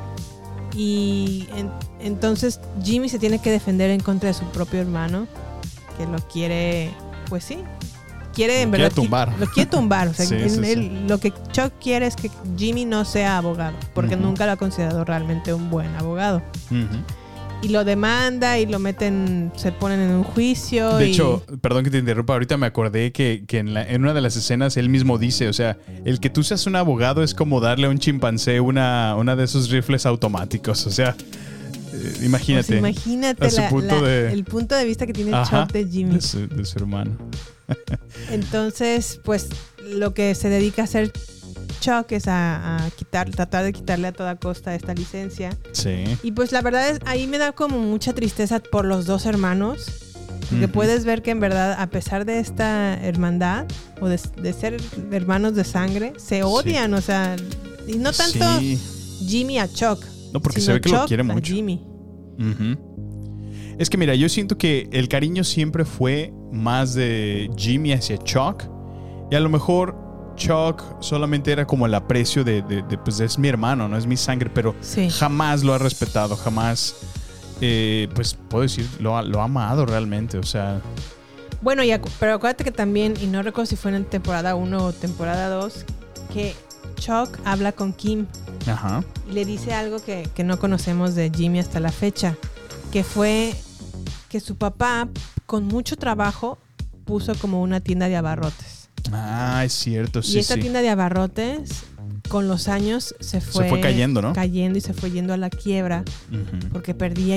Y entonces Jimmy se tiene que defender en contra de su propio hermano, que lo quiere, pues sí, en verdad tumbar. Lo quiere tumbar. O sea, lo que Chuck quiere es que Jimmy no sea abogado, porque nunca lo ha considerado realmente un buen abogado. Y lo demanda y lo meten, se ponen en un juicio. De hecho, perdón que te interrumpa, ahorita me acordé que en una de las escenas él mismo dice, o sea, el que tú seas un abogado es como darle a un chimpancé una de esos rifles automáticos. O sea, imagínate. Pues imagínate el punto de vista que tiene Chuck de Jimmy. De su hermano. Entonces, pues lo que se dedica a hacer Chuck es a tratar de quitarle a toda costa esta licencia. Sí. Y pues la verdad es, ahí me da como mucha tristeza por los dos hermanos. Porque puedes ver que en verdad, a pesar de esta hermandad o de ser hermanos de sangre, se odian. O sea, y no tanto Jimmy a Chuck. No, porque se ve que Chuck lo quiere mucho. Jimmy. Es que mira, yo siento que el cariño siempre fue más de Jimmy hacia Chuck. Y a lo mejor Chuck solamente era como el aprecio de pues es mi hermano, no es mi sangre, pero jamás lo ha respetado, jamás, pues puedo decir, lo ha amado realmente, o sea. Bueno, pero acuérdate que también, y no recuerdo si fue en temporada 1 o temporada 2, que Chuck habla con Kim. Ajá. Y le dice algo que no conocemos de Jimmy hasta la fecha, que fue que su papá, con mucho trabajo, puso como una tienda de abarrotes. Ah, es cierto, sí. Y esta tienda de abarrotes, con los años, se fue cayendo, ¿no? Cayendo y se fue yendo a la quiebra, porque perdía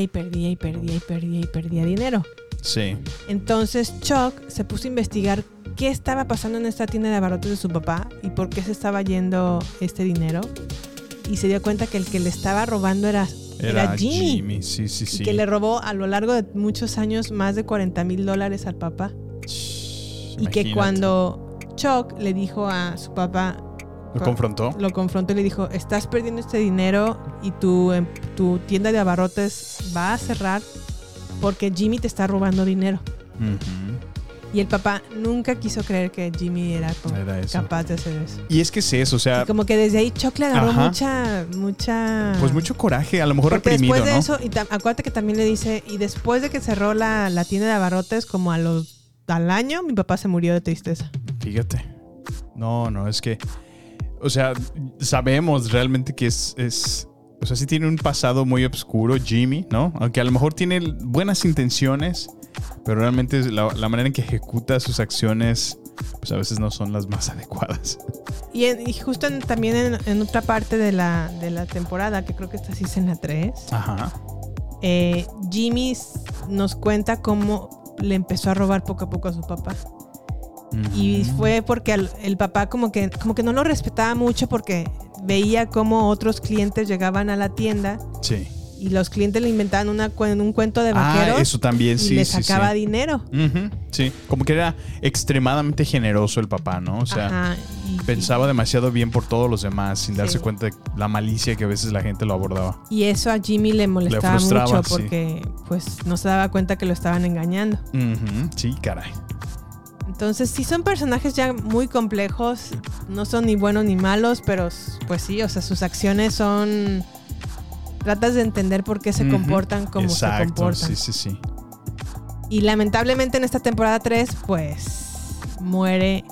dinero. Sí. Entonces Chuck se puso a investigar qué estaba pasando en esta tienda de abarrotes de su papá y por qué se estaba yendo este dinero. Y se dio cuenta que el que le estaba robando era Jimmy. Sí. Y que le robó a lo largo de muchos años más de $40,000 al papá. Y que cuando Chuck le dijo a su papá... ¿Lo confrontó? Lo confrontó y le dijo, estás perdiendo este dinero y tu tienda de abarrotes va a cerrar porque Jimmy te está robando dinero. Y el papá nunca quiso creer que Jimmy era capaz de hacer eso. Y es que es eso, o sea... Y como que desde ahí Chuck le agarró mucha... Pues mucho coraje, a lo mejor porque reprimido, después de ¿no? eso, y acuérdate que también le dice, y después de que cerró la tienda de abarrotes, como al año, mi papá se murió de tristeza. Fíjate. No, es que... O sea, sabemos realmente que es o sea, sí tiene un pasado muy oscuro, Jimmy, ¿no? Aunque a lo mejor tiene buenas intenciones, pero realmente la manera en que ejecuta sus acciones, pues a veces no son las más adecuadas. Y justo también en otra parte de la temporada, que creo que esta sí es en la 3, Ajá. Jimmy nos cuenta cómo le empezó a robar poco a poco a su papá. Y fue porque el papá como que no lo respetaba mucho porque veía cómo otros clientes llegaban a la tienda. Sí. Y los clientes le inventaban un cuento de vaqueros. Eso también, sí. Y le sacaba dinero. Sí, como que era extremadamente generoso el papá, ¿no? O sea, pensaba demasiado bien por todos los demás sin darse cuenta de la malicia que a veces la gente lo abordaba. Y eso a Jimmy le molestaba mucho porque pues no se daba cuenta que lo estaban engañando. Sí, caray. Entonces sí son personajes ya muy complejos, no son ni buenos ni malos, pero pues sí, o sea, sus acciones son... Tratas de entender por qué se comportan como se comportan. Sí. Y lamentablemente en esta temporada 3, pues muere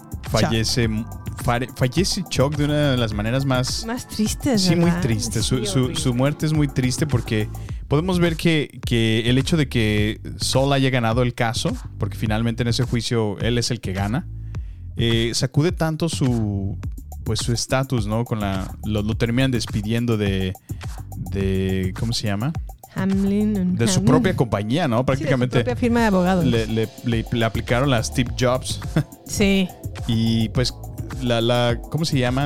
Fallece Chuck de una de las maneras más tristes, sí, ¿verdad? muy triste. Sí, Su muerte es muy triste porque podemos ver que el hecho de que Saul haya ganado el caso, porque finalmente en ese juicio él es el que gana, sacude tanto su estatus, ¿no? Lo terminan despidiendo de ¿cómo se llama? Hamlin. De su propia compañía, ¿no? Prácticamente. Sí, de su propia firma de abogados. Le aplicaron la Steve Jobs. Sí. Y pues ¿cómo se llama?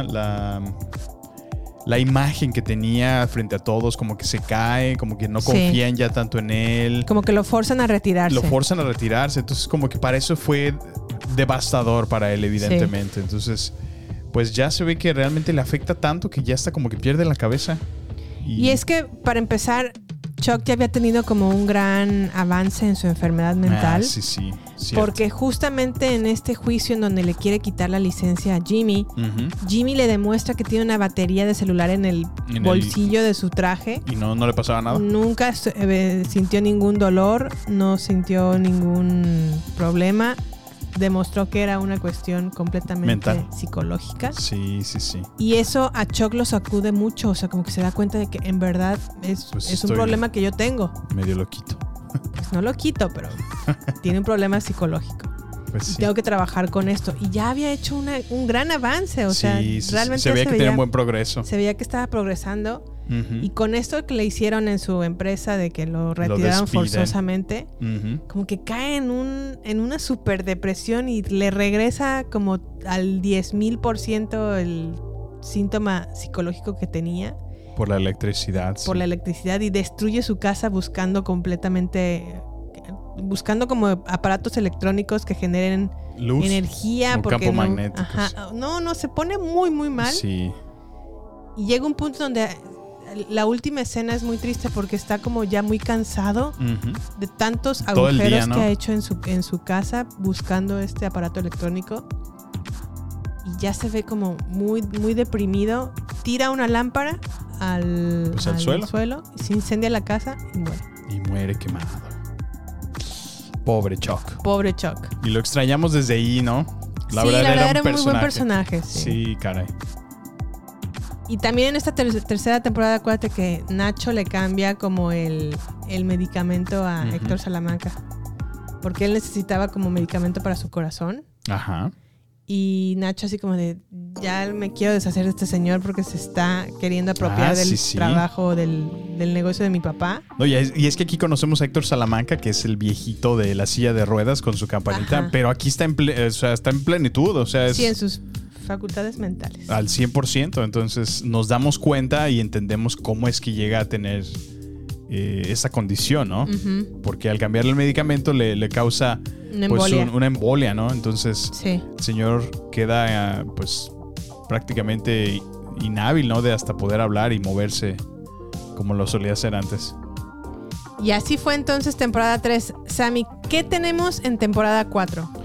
La imagen que tenía frente a todos como que se cae, como que no confían ya tanto en él. Como que lo forzan a retirarse. Entonces como que para eso fue devastador para él, evidentemente. Entonces pues ya se ve que realmente le afecta tanto que ya está como que pierde la cabeza. Y es que para empezar, Chuck ya había tenido como un gran avance en su enfermedad mental. Sí, cierto. Porque justamente en este juicio en donde le quiere quitar la licencia a Jimmy, Jimmy le demuestra que tiene una batería de celular en el bolsillo de su traje. Y no le pasaba nada. Nunca sintió ningún dolor, no sintió ningún problema. Demostró que era una cuestión completamente mental, psicológica. Sí. Y eso a Chuck lo sacude mucho. O sea, como que se da cuenta de que en verdad es un problema que yo tengo. Medio lo quito. Pues no lo quito, pero tiene un problema psicológico. Pues sí. Tengo que trabajar con esto. Y ya había hecho un gran avance. O sea, realmente se veía que tenía un buen progreso. Se veía que estaba progresando. Y con esto que le hicieron en su empresa de que lo retiraron forzosamente, como que cae en una super depresión y le regresa como al 10,000% el síntoma psicológico que tenía. Por la electricidad. Por la electricidad, y destruye su casa buscando como aparatos electrónicos que generen luz, energía. un campo magnético. No, se pone muy, muy mal. Sí. Y llega un punto donde la última escena es muy triste porque está como ya muy cansado de tantos agujeros que ha hecho en su casa buscando este aparato electrónico. Y ya se ve como muy, muy deprimido. Tira una lámpara al suelo y se incendia la casa y muere. Y muere quemado. Pobre Chuck. Y lo extrañamos desde ahí, ¿no? La verdad era un muy buen personaje. Sí, caray. Y también en esta tercera temporada, acuérdate que Nacho le cambia como el medicamento a Héctor Salamanca. Porque él necesitaba como medicamento para su corazón. Ajá. Y Nacho así como de, ya me quiero deshacer de este señor porque se está queriendo apropiar del trabajo del negocio de mi papá. No, y es que aquí conocemos a Héctor Salamanca, que es el viejito de la silla de ruedas con su campanita, pero aquí está en plenitud, o sea, sí, en sus facultades mentales. Al 100%, entonces nos damos cuenta y entendemos cómo es que llega a tener esa condición, ¿no? Porque al cambiarle el medicamento le causa una embolia, ¿no? Entonces el señor queda pues prácticamente inhábil, ¿no? De hasta poder hablar y moverse como lo solía hacer antes. Y así fue entonces temporada 3. Sammy, ¿qué tenemos en temporada 4?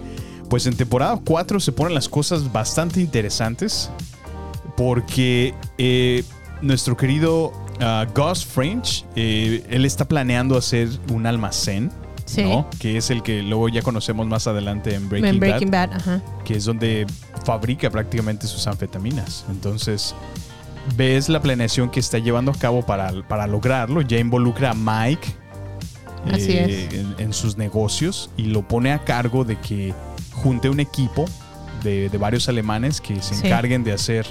Pues en temporada 4 se ponen las cosas bastante interesantes porque nuestro querido Gus Fringe, él está planeando hacer un almacén, Sí. ¿no? Que es el que luego ya conocemos más adelante en Breaking Bad, ajá. que es donde fabrica prácticamente sus anfetaminas. Entonces, ves la planeación que está llevando a cabo para lograrlo. Ya involucra a Mike Así es. en sus negocios y lo pone a cargo de que junte un equipo de varios alemanes que se Sí. encarguen de hacer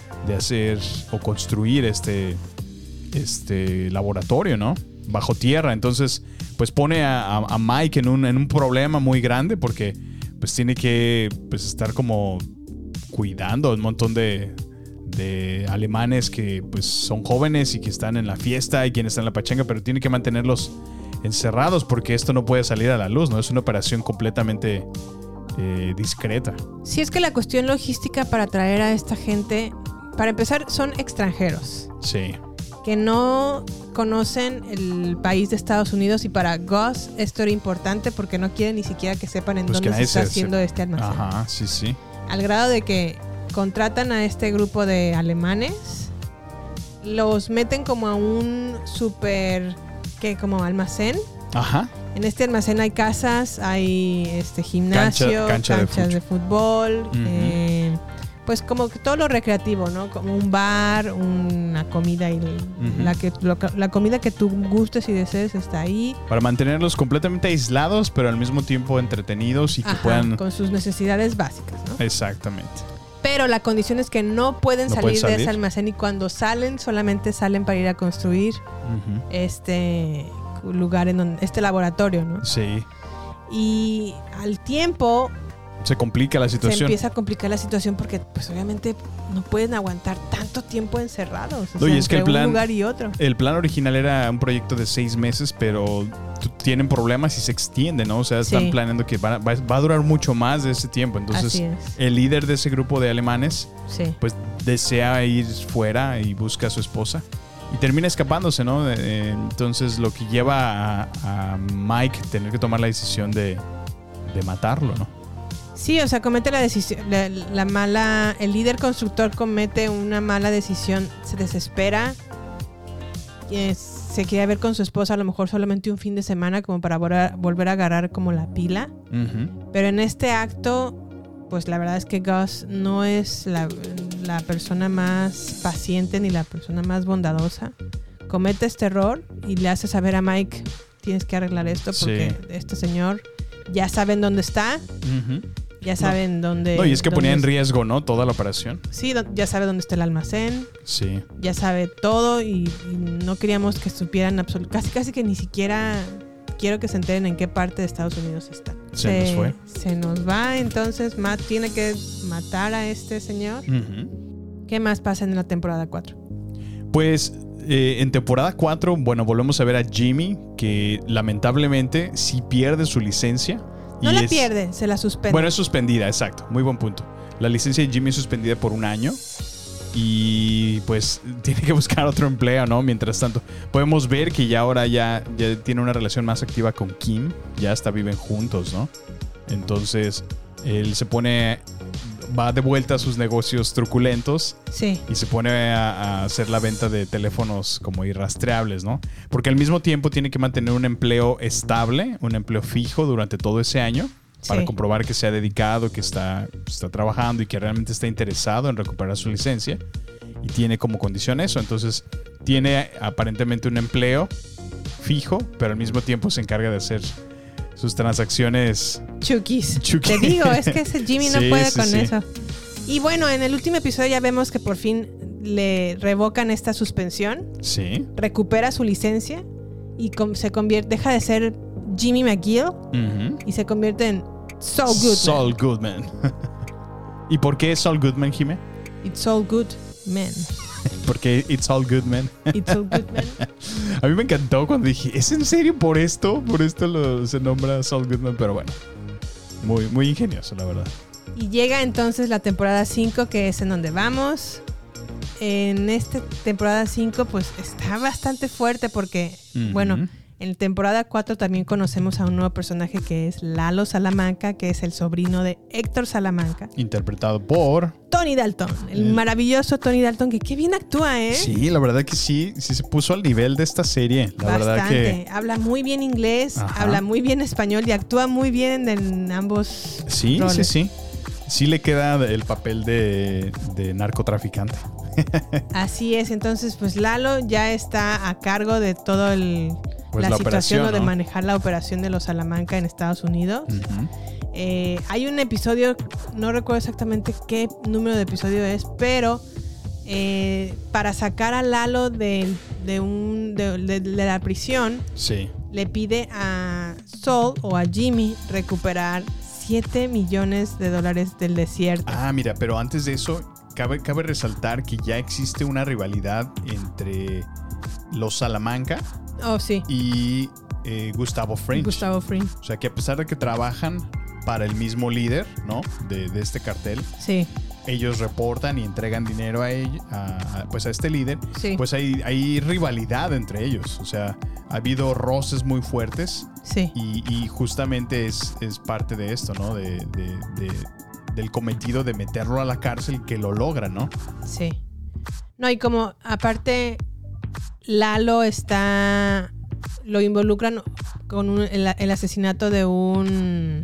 o construir este laboratorio, ¿no? Bajo tierra. Entonces, pues pone a Mike en un problema muy grande porque pues tiene que pues estar como cuidando un montón de alemanes que pues son jóvenes y que están en la fiesta y quienes están en la pachanga, pero tiene que mantenerlos encerrados porque esto no puede salir a la luz, ¿no? Es una operación completamente discreta. Sí, es que la cuestión logística para traer a esta gente, para empezar, son extranjeros Sí. que no conocen el país de Estados Unidos, y para Gus esto era importante porque no quiere ni siquiera que sepan en Pues dónde que se nadie está haciendo este almacén. Ajá, sí. Al grado de que contratan a este grupo de alemanes, los meten como a un súper, como almacén. Ajá. En este almacén hay casas, hay gimnasio, Cancha de fútbol, Ujú. pues como que todo lo recreativo, ¿no? Como un bar, una comida y Ujú. la comida que tú gustes y desees está ahí. Para mantenerlos completamente aislados, pero al mismo tiempo entretenidos y que Ajá, puedan... con sus necesidades básicas, ¿no? Exactamente. Pero la condición es que no pueden No salir pueden de salir. ese almacén, y cuando salen solamente salen para ir a construir Ujú. este lugar este laboratorio, ¿no? Sí. Y al tiempo Se complica la se situación. empieza a complicar la situación porque pues obviamente no pueden aguantar tanto tiempo encerrados, No, y es que entre el plan- un lugar y otro. El plan original era un proyecto de 6 meses, pero tienen problemas y se extiende, ¿no? O sea, están Sí. planeando que va a durar mucho más de ese tiempo. Entonces, Así es. el líder de ese grupo de alemanes, Sí. pues desea ir fuera y busca a su esposa. Y termina escapándose, ¿no? Entonces, lo que lleva a Mike tener que tomar la decisión de matarlo, ¿no? Sí, o sea, comete la decisión, el líder constructor comete una mala decisión, se desespera, se quería ver con su esposa a lo mejor solamente un fin de semana como para volver a agarrar como la pila, Ujú. pero en este acto, pues la verdad es que Gus no es la persona más paciente ni la persona más bondadosa. Comete este error y le hace saber a Mike, tienes que arreglar esto porque este señor ya saben dónde está. Ujú. Ya saben dónde... No, y es que ponía en dónde- riesgo, ¿no? Toda la operación. Sí, ya sabe dónde está el almacén, Sí. ya sabe todo, y no queríamos que supieran casi que ni siquiera quiero que se enteren en qué parte de Estados Unidos están. Se nos fue. Se nos va, entonces Matt tiene que matar a este señor. Ujú. ¿Qué más pasa en la temporada 4? Pues en temporada 4, bueno, volvemos a ver a Jimmy, que lamentablemente sí pierde su licencia. No y la pierde, se la suspende. Bueno, es suspendida, exacto. Muy buen punto. La licencia de Jimmy es suspendida por 1 año. Y pues tiene que buscar otro empleo, ¿no? Mientras tanto, podemos ver que ahora ya tiene una relación más activa con Kim. Ya hasta viven juntos, ¿no? Entonces, él va de vuelta a sus negocios truculentos. Sí. Y se pone a hacer la venta de teléfonos como irrastreables, ¿no? Porque al mismo tiempo tiene que mantener un empleo estable, un empleo fijo durante todo ese año, para Sí. comprobar que se ha dedicado, que está trabajando y que realmente está interesado en recuperar su licencia. Y tiene como condición eso. Entonces tiene aparentemente un empleo fijo, pero al mismo tiempo se encarga de hacer sus transacciones. Chukis. Chucky. Te digo, es que ese Jimmy no Sí, puede sí, con sí. eso. Y bueno, en el último episodio ya vemos que por fin le revocan esta suspensión, Sí. recupera su licencia y deja de ser Jimmy McGill Ujú. y se convierte en Saul Goodman. Saul Goodman. ¿Y por qué Saul Goodman, Jimé? It's all good, man. Porque It's All Good Man. It's all good, man. A mí me encantó cuando dije, ¿es en serio por esto? Por esto se nombra Saul Goodman, pero bueno, muy, muy ingenioso, la verdad. Y llega entonces la temporada 5, que es en donde vamos. En esta temporada 5 pues está bastante fuerte porque, Ujú. bueno, En temporada 4 también conocemos a un nuevo personaje que es Lalo Salamanca, que es el sobrino de Héctor Salamanca. Interpretado por Tony Dalton, el maravilloso Tony Dalton, que qué bien actúa, ¿eh? Sí, la verdad que sí se puso al nivel de esta serie. La Bastante. verdad que habla muy bien inglés, Ajá. habla muy bien español y actúa muy bien en ambos roles. Sí. Sí le queda el papel de narcotraficante. Así es, entonces pues Lalo ya está a cargo de todo la situación, ¿no? De manejar la operación de los Salamanca en Estados Unidos. Uh-huh. Hay un episodio, no recuerdo exactamente qué número de episodio es, pero para sacar a Lalo de la prisión, sí, le pide a Saul o a Jimmy recuperar $7 millones del desierto. Ah, mira, pero antes de eso, cabe resaltar que ya existe una rivalidad entre los Salamanca sí. y Gustavo Fring. O sea, que a pesar de que trabajan para el mismo líder, ¿no? De este cartel. Sí. Ellos reportan y entregan dinero a este líder. Sí. Pues hay rivalidad entre ellos. O sea, ha habido roces muy fuertes. Sí. Y justamente es parte de esto, ¿no? Del cometido de meterlo a la cárcel, que lo logra, ¿no? Sí. No, y como aparte Lalo lo involucran con el asesinato de un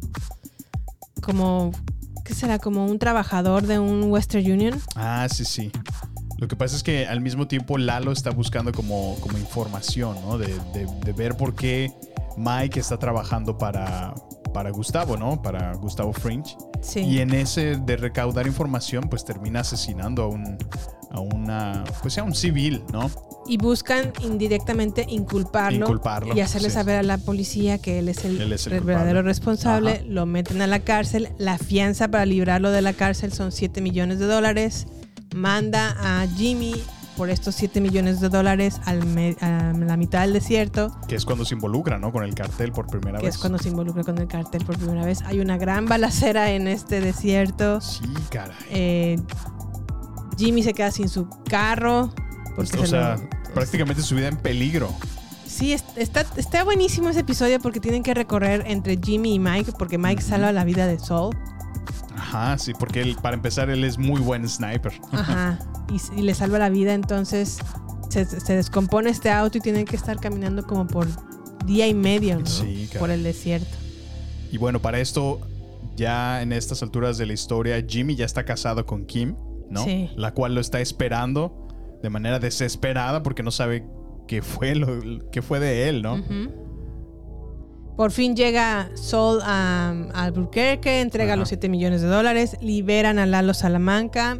¿qué será? Como un trabajador de un Western Union. Ah, sí. Lo que pasa es que al mismo tiempo Lalo está buscando como información, ¿no? De ver por qué Mike está trabajando para Gustavo, ¿no? Para Gustavo Fring. Sí. Y en ese de recaudar información, pues termina asesinando a un civil, ¿no? Y buscan indirectamente inculparlo y hacerle saber a la policía que él es el verdadero responsable. Ajá. Lo meten a la cárcel. La fianza para librarlo de la cárcel son $7 millones. Manda a Jimmy por estos $7 millones a la mitad del desierto. Que es cuando se involucra, ¿no? Con el cartel por primera vez. Que es cuando se involucra con el cartel por primera vez. Hay una gran balacera en este desierto. Sí, caray. Jimmy se queda sin su carro. Prácticamente su vida en peligro. Sí, está buenísimo ese episodio porque tienen que recorrer entre Jimmy y Mike, porque Mike salva la vida de Saul. Ajá, sí, porque para empezar él es muy buen sniper. Ajá, y le salva la vida, entonces se descompone este auto y tienen que estar caminando como por día y medio, ¿no? Sí, por el desierto. Y bueno, para esto, ya en estas alturas de la historia, Jimmy ya está casado con Kim, ¿no? Sí. La cual lo está esperando de manera desesperada porque no sabe qué fue de él, ¿no? Uh-huh. Por fin llega Saul a Albuquerque, entrega los $7 millones, liberan a Lalo Salamanca.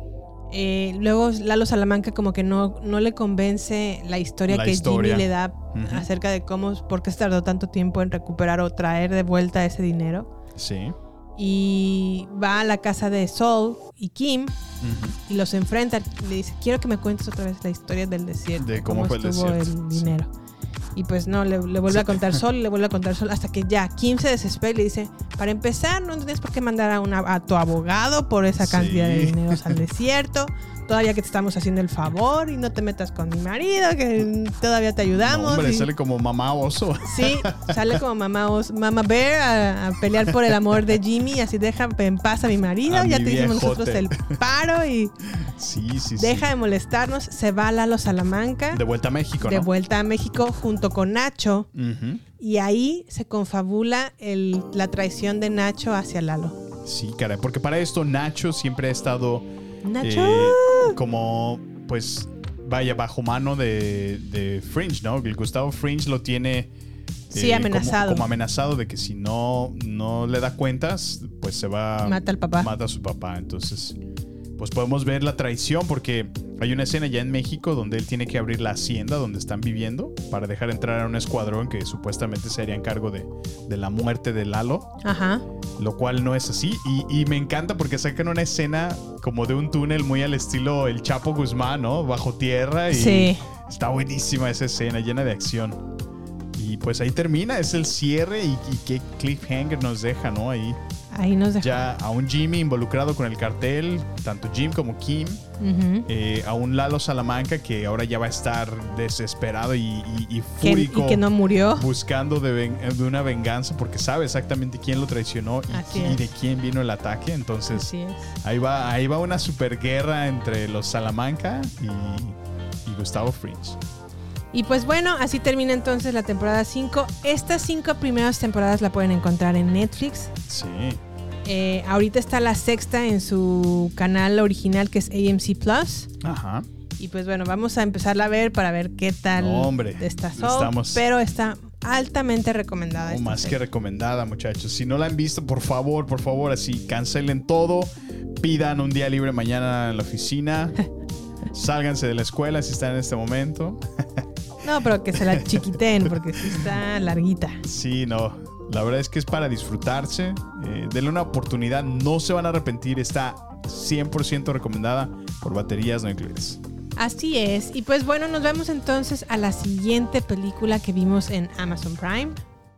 Luego Lalo Salamanca como que no le convence la historia Jimmy le da acerca de por qué se tardó tanto tiempo en recuperar o traer de vuelta ese dinero. Sí. Y va a la casa de Saul y Kim y los enfrenta. Le dice, quiero que me cuentes otra vez la historia del desierto. De cómo fue estuvo el dinero. Y pues no, le vuelve a contar Saul y le vuelve a contar Saul hasta que ya Kim se desespera y le dice, para empezar no tienes por qué mandar a tu abogado por esa cantidad de dinero al desierto. Todavía que te estamos haciendo el favor y no te metas con mi marido, que todavía te ayudamos. No, hombre, sale como mamá oso. Sí, sale como mamá bear a pelear por el amor de Jimmy, así deja en paz a mi marido, ya te hicimos nosotros el paro y deja de molestarnos. Se va a Lalo Salamanca. De vuelta a México, ¿no? De vuelta a México junto con Nacho. Y ahí se confabula la traición de Nacho hacia Lalo. Sí, caray, porque para esto Nacho siempre ha estado... Nacho. Como, pues, vaya, bajo mano de Fringe, ¿no? El Gustavo Fringe lo tiene... amenazado. Como amenazado de que si no le da cuentas, pues se va... Mata al papá. Mata a su papá. Entonces, pues podemos ver la traición porque hay una escena ya en México donde él tiene que abrir la hacienda donde están viviendo para dejar entrar a un escuadrón que supuestamente se haría en cargo de la muerte de Lalo. Ajá. Lo cual no es así. Y me encanta porque sacan una escena como de un túnel muy al estilo El Chapo Guzmán, ¿no? Bajo tierra. Y está buenísima esa escena, llena de acción. Y pues ahí termina, es el cierre y qué cliffhanger nos deja, ¿no? Ahí. ahí nos dejó. Ya a un Jimmy involucrado con el cartel, tanto Jim como Kim. A un Lalo Salamanca que ahora ya va a estar desesperado y fúrico. Y que no murió. Buscando de una venganza porque sabe exactamente quién lo traicionó y de quién vino el ataque. Entonces ahí va una super guerra entre los Salamanca y Gustavo Fringe. Y pues bueno, así termina entonces la temporada 5. Estas 5 primeras temporadas la pueden encontrar en Netflix. Sí. Ahorita está la 6ª en su canal original que es AMC Plus. Ajá. Y pues bueno, vamos a empezarla a ver para ver qué tal está. Pero está altamente recomendada. Más que recomendada, muchachos. Si no la han visto, por favor, así cancelen todo. Pidan un día libre mañana en la oficina. Sálganse de la escuela si están en este momento. No, pero que se la chiquiten porque sí está larguita. Sí, no. La verdad es que es para disfrutarse. Denle una oportunidad. No se van a arrepentir. Está 100% recomendada por Baterías No Incluidas. Así es. Y pues bueno, nos vemos entonces a la siguiente película que vimos en Amazon Prime.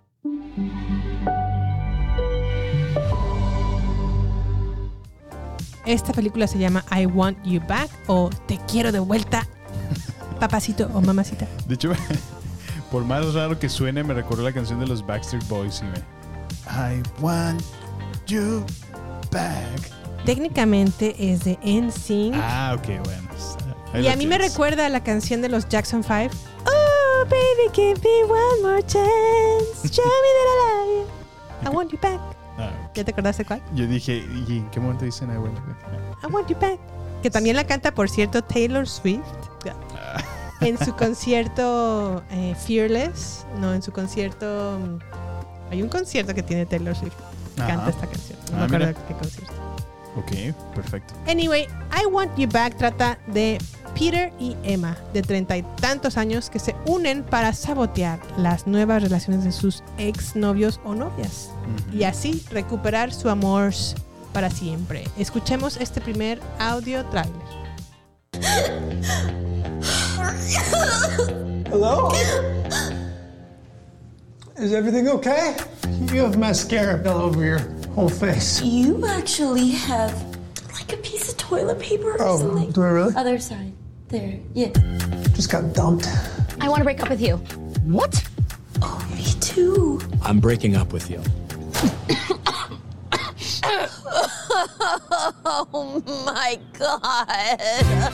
Esta película se llama I Want You Back o Te Quiero de Vuelta, papacito o mamacita. De hecho, por más raro que suene, me recordó la canción de los Backstreet Boys. I want you back. Técnicamente es de NSYNC. Ok, bueno. Y a mí me recuerda a la canción de los Jackson 5. Oh, baby, give me one more chance. Show me that I love you. I want you back. ¿Ya te acordaste cuál? Yo dije, ¿y en qué momento dicen I want you back? I want you back. Que también la canta, por cierto, Taylor Swift. En su concierto Fearless. No, en su concierto... Hay un concierto que tiene Taylor Swift. Canta esta canción. No me acuerdo qué concierto. Ok, perfecto. Anyway, I Want You Back trata de Peter y Emma, de 30 y tantos años, que se unen para sabotear las nuevas relaciones de sus exnovios o novias. Y así recuperar su amor para siempre. Escuchemos este primer audio trailer. Hello? Is everything okay? You have mascara all over your whole face. You actually have like a piece of toilet paper or something. Do I really? Other side. There. Yeah. Just got dumped. I want to break up with you. What? Oh, me too. I'm breaking up with you. Oh my God.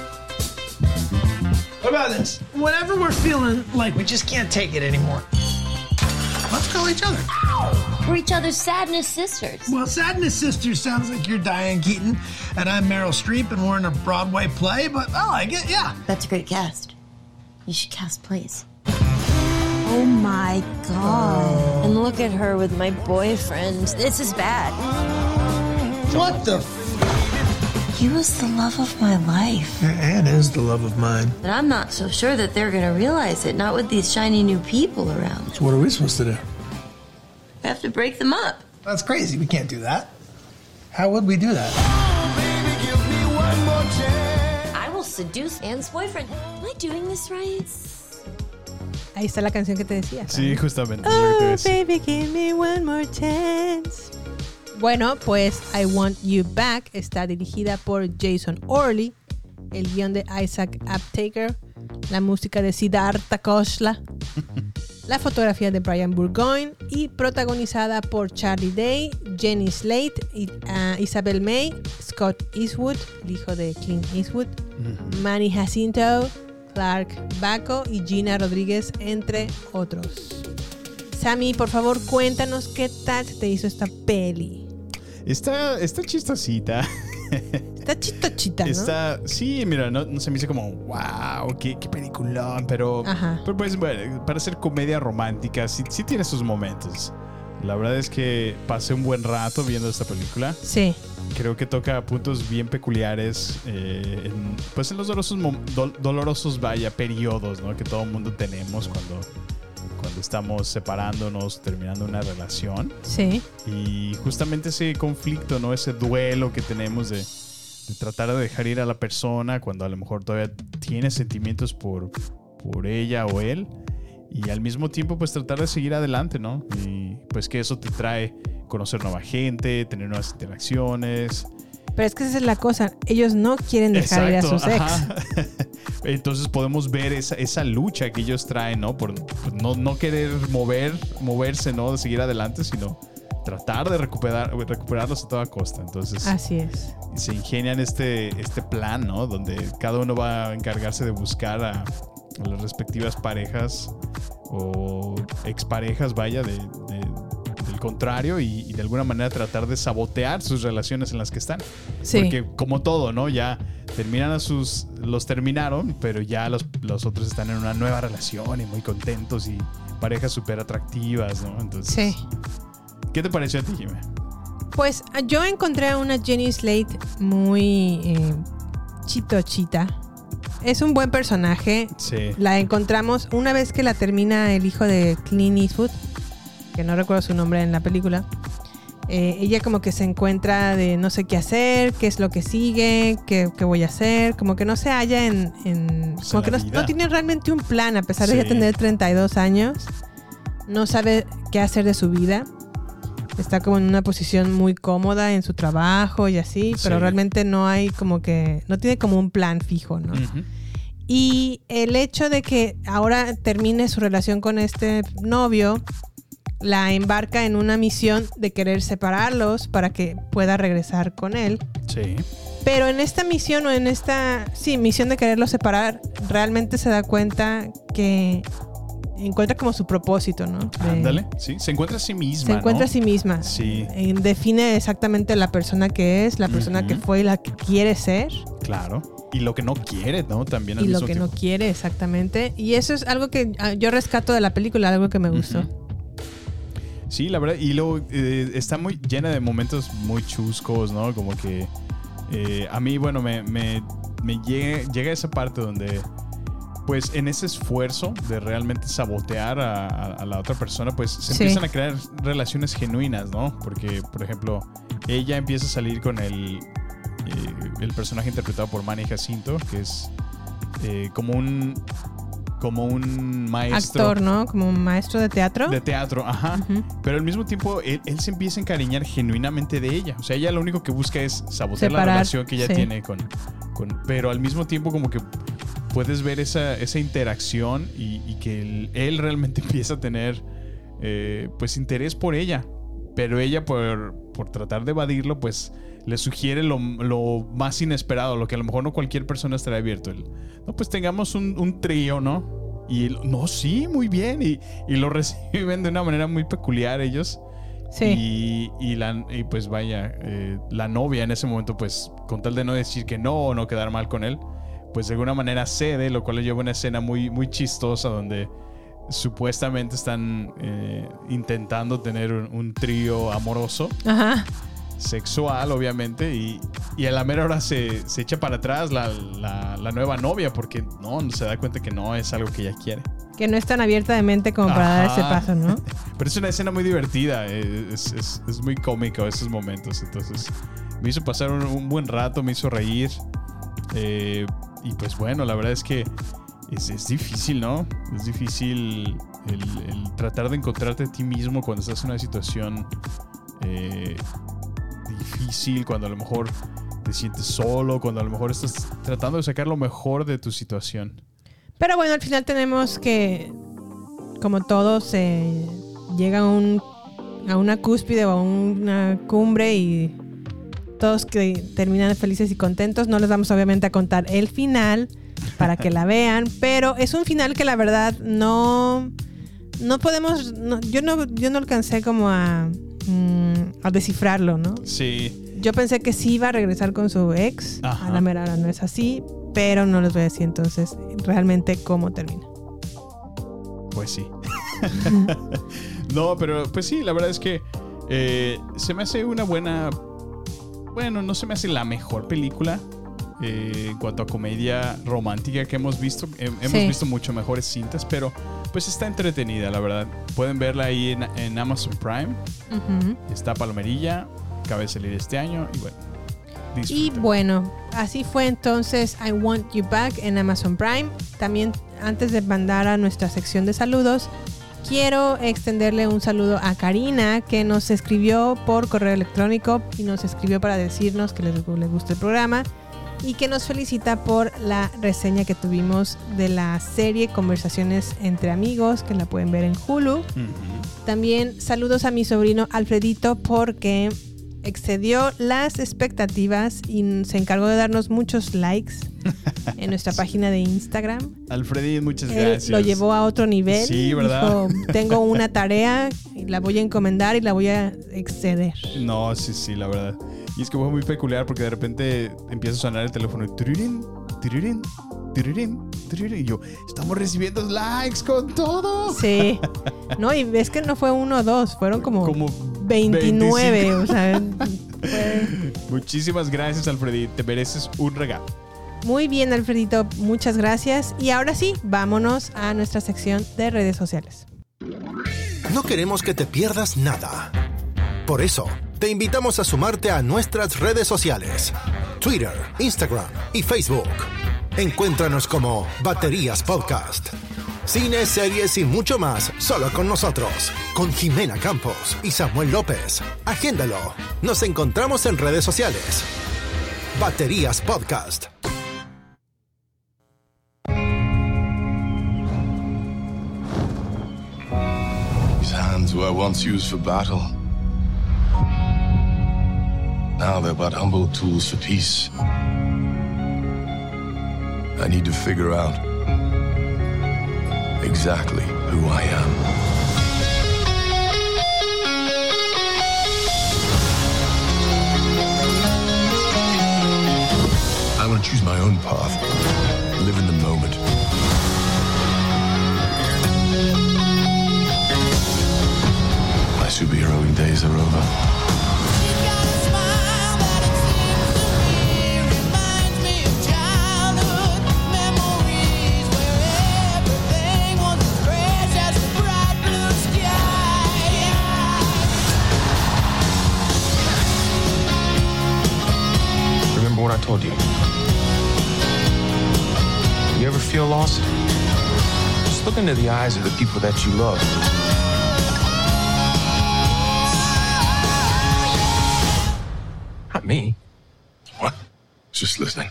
What about this? Whenever we're feeling like we just can't take it anymore, let's call each other. We're each other's sadness sisters. Well, Sadness Sisters sounds like you're Diane Keaton and I'm Meryl Streep and we're in a Broadway play, but I like it, yeah. That's a great cast. You should cast plays. Oh my God. And look at her with my boyfriend. This is bad. What the He was the love of my life. Anne is the love of mine. But I'm not so sure that they're gonna realize it, not with these shiny new people around. So what are we supposed to do? We have to break them up. That's crazy. We can't do that. How would we do that? I will seduce Anne's boyfriend. Am I doing this right? Ahí está la canción que te decía. Sí, justamente. Oh, baby, give me one more chance. Bueno, pues I Want You Back está dirigida por Jason Orley, el guión de Isaac Aptaker, la música de Siddhartha Khosla, la fotografía de Brian Burgoyne y protagonizada por Charlie Day, Jenny Slate, Isabel May, Scott Eastwood, el hijo de Clint Eastwood, Manny Jacinto, Clark Bacco y Gina Rodríguez, entre otros. Sammy, por favor, cuéntanos qué tal se te hizo esta peli. Está chistosita. Está chistochita, ¿no? Sí, mira, no se me hizo como wow, qué peliculón, pero pues bueno, para ser comedia romántica sí tiene sus momentos. La verdad es que pasé un buen rato viendo esta película. Sí. Creo que toca puntos bien peculiares en los dolorosos periodos, ¿no? Que todo el mundo tenemos cuando estamos separándonos, terminando una relación. Sí. Y justamente ese conflicto, ¿no? Ese duelo que tenemos de tratar de dejar ir a la persona cuando a lo mejor todavía tiene sentimientos por ella o él. Y al mismo tiempo, pues tratar de seguir adelante, ¿no? Y pues que eso te trae conocer nueva gente, tener nuevas interacciones. Pero es que esa es la cosa. Ellos no quieren dejar ir a sus ex. Entonces podemos ver esa lucha que ellos traen, ¿no? Por no querer moverse, ¿no? De seguir adelante, sino tratar de recuperarlos a toda costa. Entonces, así es. Se ingenian este plan, ¿no? Donde cada uno va a encargarse de buscar a las respectivas parejas o exparejas, vaya, del contrario, y de alguna manera tratar de sabotear sus relaciones en las que están. Sí. Porque como todo, ¿no? Ya los terminaron, pero ya los otros están en una nueva relación y muy contentos y parejas súper atractivas, ¿no? Entonces, sí. ¿Qué te pareció a ti, Jimé? Pues yo encontré a una Jenny Slate muy chitochita. Es un buen personaje. Sí. La encontramos una vez que la termina el hijo de Clint Eastwood, que no recuerdo su nombre en la película. Ella como que se encuentra de no sé qué hacer, qué es lo que sigue, qué voy a hacer. Como que no se halla como que no tiene realmente un plan, a pesar de ya tener 32 años. No sabe qué hacer de su vida. Está como en una posición muy cómoda en su trabajo y así, pero realmente no tiene como un plan fijo, ¿no? Uh-huh. Y el hecho de que ahora termine su relación con este novio la embarca en una misión de querer separarlos para que pueda regresar con él. Sí. Pero en esta misión misión de quererlos separar, realmente se da cuenta que encuentra como su propósito, ¿no? Ándale, sí. Se encuentra a sí misma, Se encuentra a sí misma. Sí. Define exactamente la persona que es, la persona que fue y la que quiere ser. Claro. Y lo que no quiere, ¿no? También al mismo mismo tiempo. Y lo que no quiere, exactamente. Y eso es algo que yo rescato de la película, algo que me gustó. Sí, la verdad. Y luego está muy llena de momentos muy chuscos, ¿no? Como que a mí, bueno, me llega esa parte donde, pues, en ese esfuerzo de realmente sabotear a la otra persona, pues se empiezan a crear relaciones genuinas, ¿no? Porque, por ejemplo, ella empieza a salir con el personaje interpretado por Manny Jacinto, que es como un maestro. Actor, ¿no? Como un maestro de teatro. De teatro, ajá. Uh-huh. Pero al mismo tiempo, él se empieza a encariñar genuinamente de ella. O sea, ella lo único que busca es sabotear la relación que ella tiene con... Pero al mismo tiempo como que puedes ver esa interacción y que él realmente empieza a tener pues interés por ella. Pero ella por tratar de evadirlo, pues le sugiere lo más inesperado, lo que a lo mejor no cualquier persona estaría abierto. No, pues tengamos un trío, ¿no? Y no, sí, muy bien. Y lo reciben de una manera muy peculiar ellos. Sí. Y pues vaya, la novia en ese momento, pues con tal de no decir que no o no quedar mal con él, pues de alguna manera cede, lo cual le lleva a una escena muy, muy chistosa donde supuestamente están intentando tener un trío amoroso. Ajá. Sexual, obviamente, y a la mera hora se echa para atrás la nueva novia porque no se da cuenta que no es algo que ella quiere. Que no es tan abierta de mente como para dar ese paso, ¿no? Pero es una escena muy divertida, es muy cómico esos momentos, entonces me hizo pasar un buen rato, me hizo reír, y pues bueno, la verdad es que es difícil, ¿no? Es difícil el tratar de encontrarte a ti mismo cuando estás en una situación difícil, cuando a lo mejor te sientes solo, cuando a lo mejor estás tratando de sacar lo mejor de tu situación. Pero bueno, al final tenemos que, como todos, se llega a una cúspide o a una cumbre y todos que terminan felices y contentos. No les vamos obviamente a contar el final para que la vean, pero es un final que la verdad no podemos, yo no alcancé como a descifrarlo, ¿no? Sí. Yo pensé que sí iba a regresar con su ex. Ajá. A la mera hora no es así, pero no les voy a decir entonces realmente cómo termina. Pues sí. No, pero pues sí, la verdad es que se me hace una buena... Bueno, no se me hace la mejor película en cuanto a comedia romántica que hemos visto. Hemos visto mucho mejores cintas, pero pues está entretenida, la verdad. Pueden verla ahí en Amazon Prime. Uh-huh. Está palomerilla, acaba de salir este año y bueno. Y bueno, así fue entonces I Want You Back en Amazon Prime. También, antes de mandar a nuestra sección de saludos, quiero extenderle un saludo a Karina, que nos escribió por correo electrónico y nos escribió para decirnos que les gusta el programa y que nos felicita por la reseña que tuvimos de la serie Conversaciones entre Amigos, que la pueden ver en Hulu. También saludos a mi sobrino Alfredito, porque excedió las expectativas y se encargó de darnos muchos likes en nuestra página de Instagram. Alfredín, muchas Él gracias. lo llevó a otro nivel. Sí, ¿verdad? Dijo, tengo una tarea y la voy a encomendar y la voy a exceder. No, sí, la verdad. Y es que fue muy peculiar porque de repente empieza a sonar el teléfono y tirirín, tirirín, tirirín, tirirín, y yo, estamos recibiendo likes con todo. Sí. No, y ves que no fue 1 o 2, fueron como 29. 25. O sea, Muchísimas gracias, Alfredín. Te mereces un regalo. Muy bien, Alfredito, muchas gracias. Y ahora sí, vámonos a nuestra sección de redes sociales. No queremos que te pierdas nada. Por eso, te invitamos a sumarte a nuestras redes sociales: Twitter, Instagram y Facebook. Encuéntranos como Baterías Podcast. Cine, series y mucho más, solo con nosotros, con Jimena Campos y Samuel López. Agéndalo. Nos encontramos en redes sociales. Baterías Podcast. These hands were once used for battle. Now they're but humble tools for peace. I need to figure out exactly who I am. I want to choose my own path, live in the moment. My superheroing days are over. What I told you. You ever feel lost? Just look into the eyes of the people that you love. Not me. What? Just listening.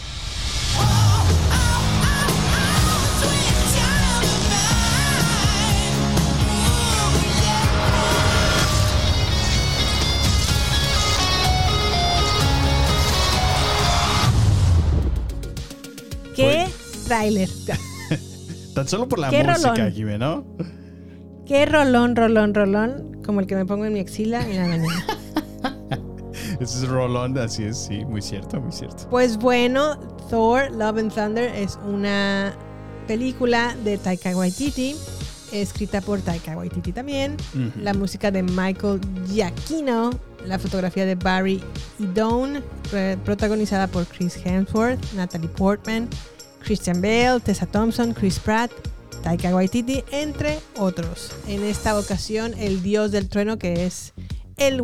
¿Qué tráiler? Tan solo por la ¿Qué música, rolón? Jimé, ¿no? Qué rolón, como el que me pongo en mi axila en la mañana. Ese es rolón, así es, sí, muy cierto, muy cierto. Pues bueno, Thor, Love and Thunder es una película de Taika Waititi, escrita por Taika Waititi también. La música de Michael Giacchino, la fotografía de Barry Idone, protagonizada por Chris Hemsworth, Natalie Portman, Christian Bale, Tessa Thompson, Chris Pratt, Taika Waititi, entre otros. En esta ocasión, el dios del trueno, que es el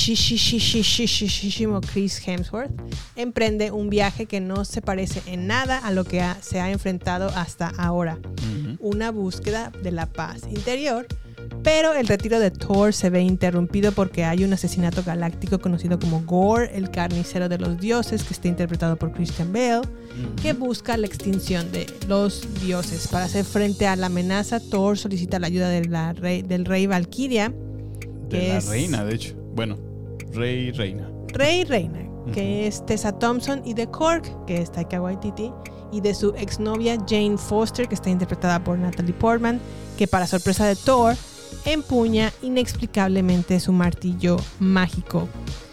guapísimo Chris Hemsworth, emprende un viaje que no se parece en nada a lo que se ha enfrentado hasta ahora. Una búsqueda de la paz interior, pero el retiro de Thor se ve interrumpido porque hay un asesinato galáctico conocido como Gore, el carnicero de los dioses, que está interpretado por Christian Bale, que busca la extinción de los dioses. Para hacer frente a la amenaza, Thor solicita la ayuda del rey Valkyria, De la reina, de hecho. Bueno, rey y reina. Que es Tessa Thompson, y de Korg, que es Taika Waititi, y de su exnovia Jane Foster, que está interpretada por Natalie Portman, que para sorpresa de Thor empuña inexplicablemente su martillo mágico.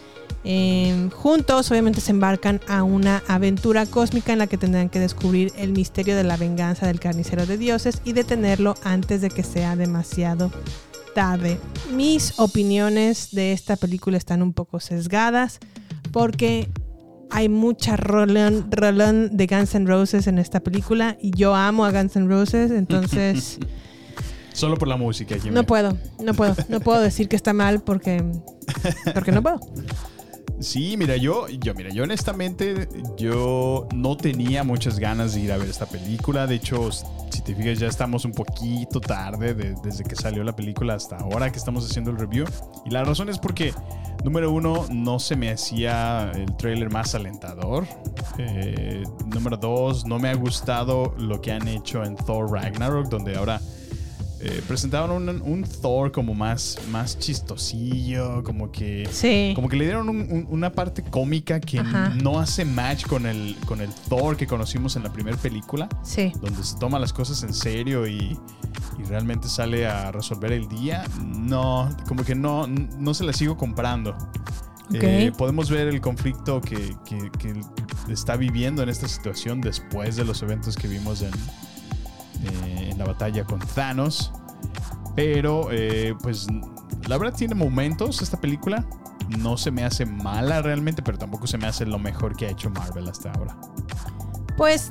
Juntos obviamente se embarcan a una aventura cósmica en la que tendrán que descubrir el misterio de la venganza del carnicero de dioses y detenerlo antes de que sea demasiado tarde. Mis opiniones de esta película están un poco sesgadas porque hay mucha rolón de Guns N' Roses en esta película y yo amo a Guns N' Roses, entonces solo por la música, Jimé. no puedo decir que está mal porque no puedo. Sí, mira, yo honestamente, yo no tenía muchas ganas de ir a ver esta película. De hecho, si te fijas, ya estamos un poquito tarde desde que salió la película hasta ahora que estamos haciendo el review. Y la razón es porque, número uno, no se me hacía el tráiler más alentador. Número dos, no me ha gustado lo que han hecho en Thor Ragnarok, donde ahora presentaban un Thor como más chistosillo, como que le dieron una parte cómica que no hace match con el Thor que conocimos en la primera película, donde se toma las cosas en serio y realmente sale a resolver el día. No, como que no se la sigo comprando. Podemos ver el conflicto que está viviendo en esta situación después de los eventos que vimos en la batalla con Thanos, pero pues la verdad tiene momentos esta película. No se me hace mala realmente, pero tampoco se me hace lo mejor que ha hecho Marvel hasta ahora. Pues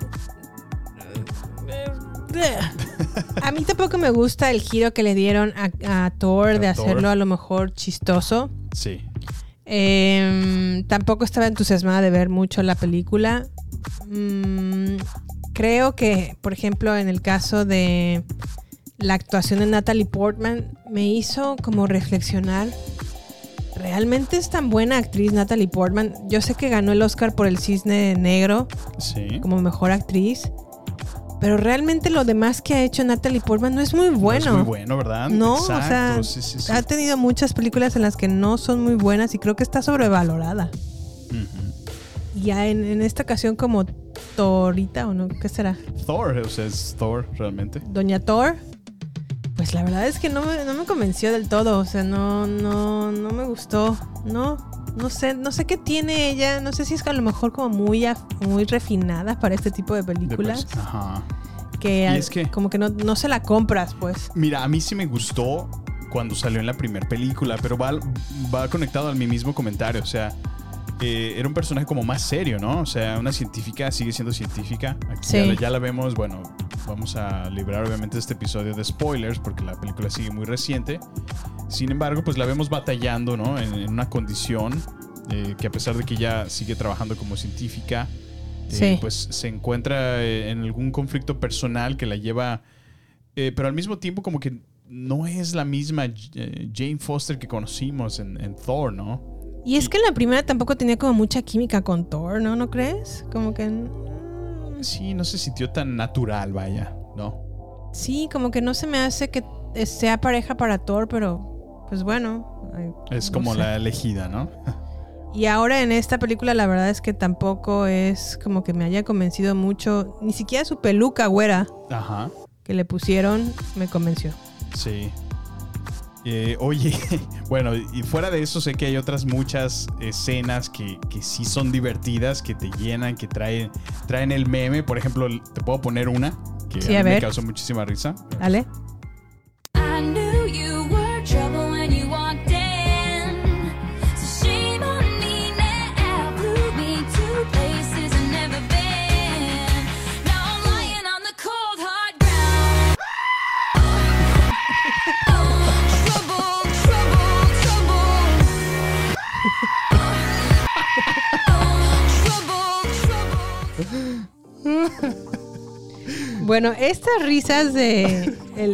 a mí tampoco me gusta el giro que le dieron a Thor de hacerlo a lo mejor chistoso. Sí. Tampoco estaba entusiasmada de ver mucho la película. Creo que, por ejemplo, en el caso de la actuación de Natalie Portman, me hizo como reflexionar. ¿Realmente es tan buena actriz Natalie Portman? Yo sé que ganó el Oscar por El Cisne Negro como mejor actriz, pero realmente lo demás que ha hecho Natalie Portman no es muy bueno. No es muy bueno, ¿verdad? No, exacto. O sea, sí. Ha tenido muchas películas en las que no son muy buenas y creo que está sobrevalorada. Y ya en esta ocasión como Thorita, ¿o no? ¿Qué será? Thor, o sea, es Thor realmente. Doña Thor. Pues la verdad es que no me convenció del todo. O sea, no me gustó. No sé qué tiene ella. No sé si es que a lo mejor como muy refinada para este tipo de películas. Que es que como que no se la compras, pues. Mira, a mí sí me gustó cuando salió en la primera película, pero va conectado al mi mismo comentario. O sea, era un personaje como más serio, ¿no? O sea, una científica sigue siendo científica. Aquí ya la vemos. Bueno, vamos a librar obviamente este episodio de spoilers porque la película sigue muy reciente. Sin embargo, pues la vemos batallando, ¿no? En una condición que a pesar de que ella sigue trabajando como científica, pues se encuentra en algún conflicto personal que la lleva, pero al mismo tiempo como que no es la misma Jane Foster que conocimos en Thor, ¿no? Y es que en la primera tampoco tenía como mucha química con Thor, ¿no? ¿No crees? Como que... Sí, no se sintió tan natural, vaya, ¿no? Sí, como que no se me hace que sea pareja para Thor, pero pues bueno. Es como la elegida, ¿no? Y ahora en esta película la verdad es que tampoco es como que me haya convencido mucho. Ni siquiera su peluca güera que le pusieron me convenció. Sí. Oye, bueno, y fuera de eso sé que hay otras muchas escenas que sí son divertidas, que te llenan, que traen el meme. Por ejemplo, te puedo poner una que a mí me causó muchísima risa. Dale. Bueno, estas risas de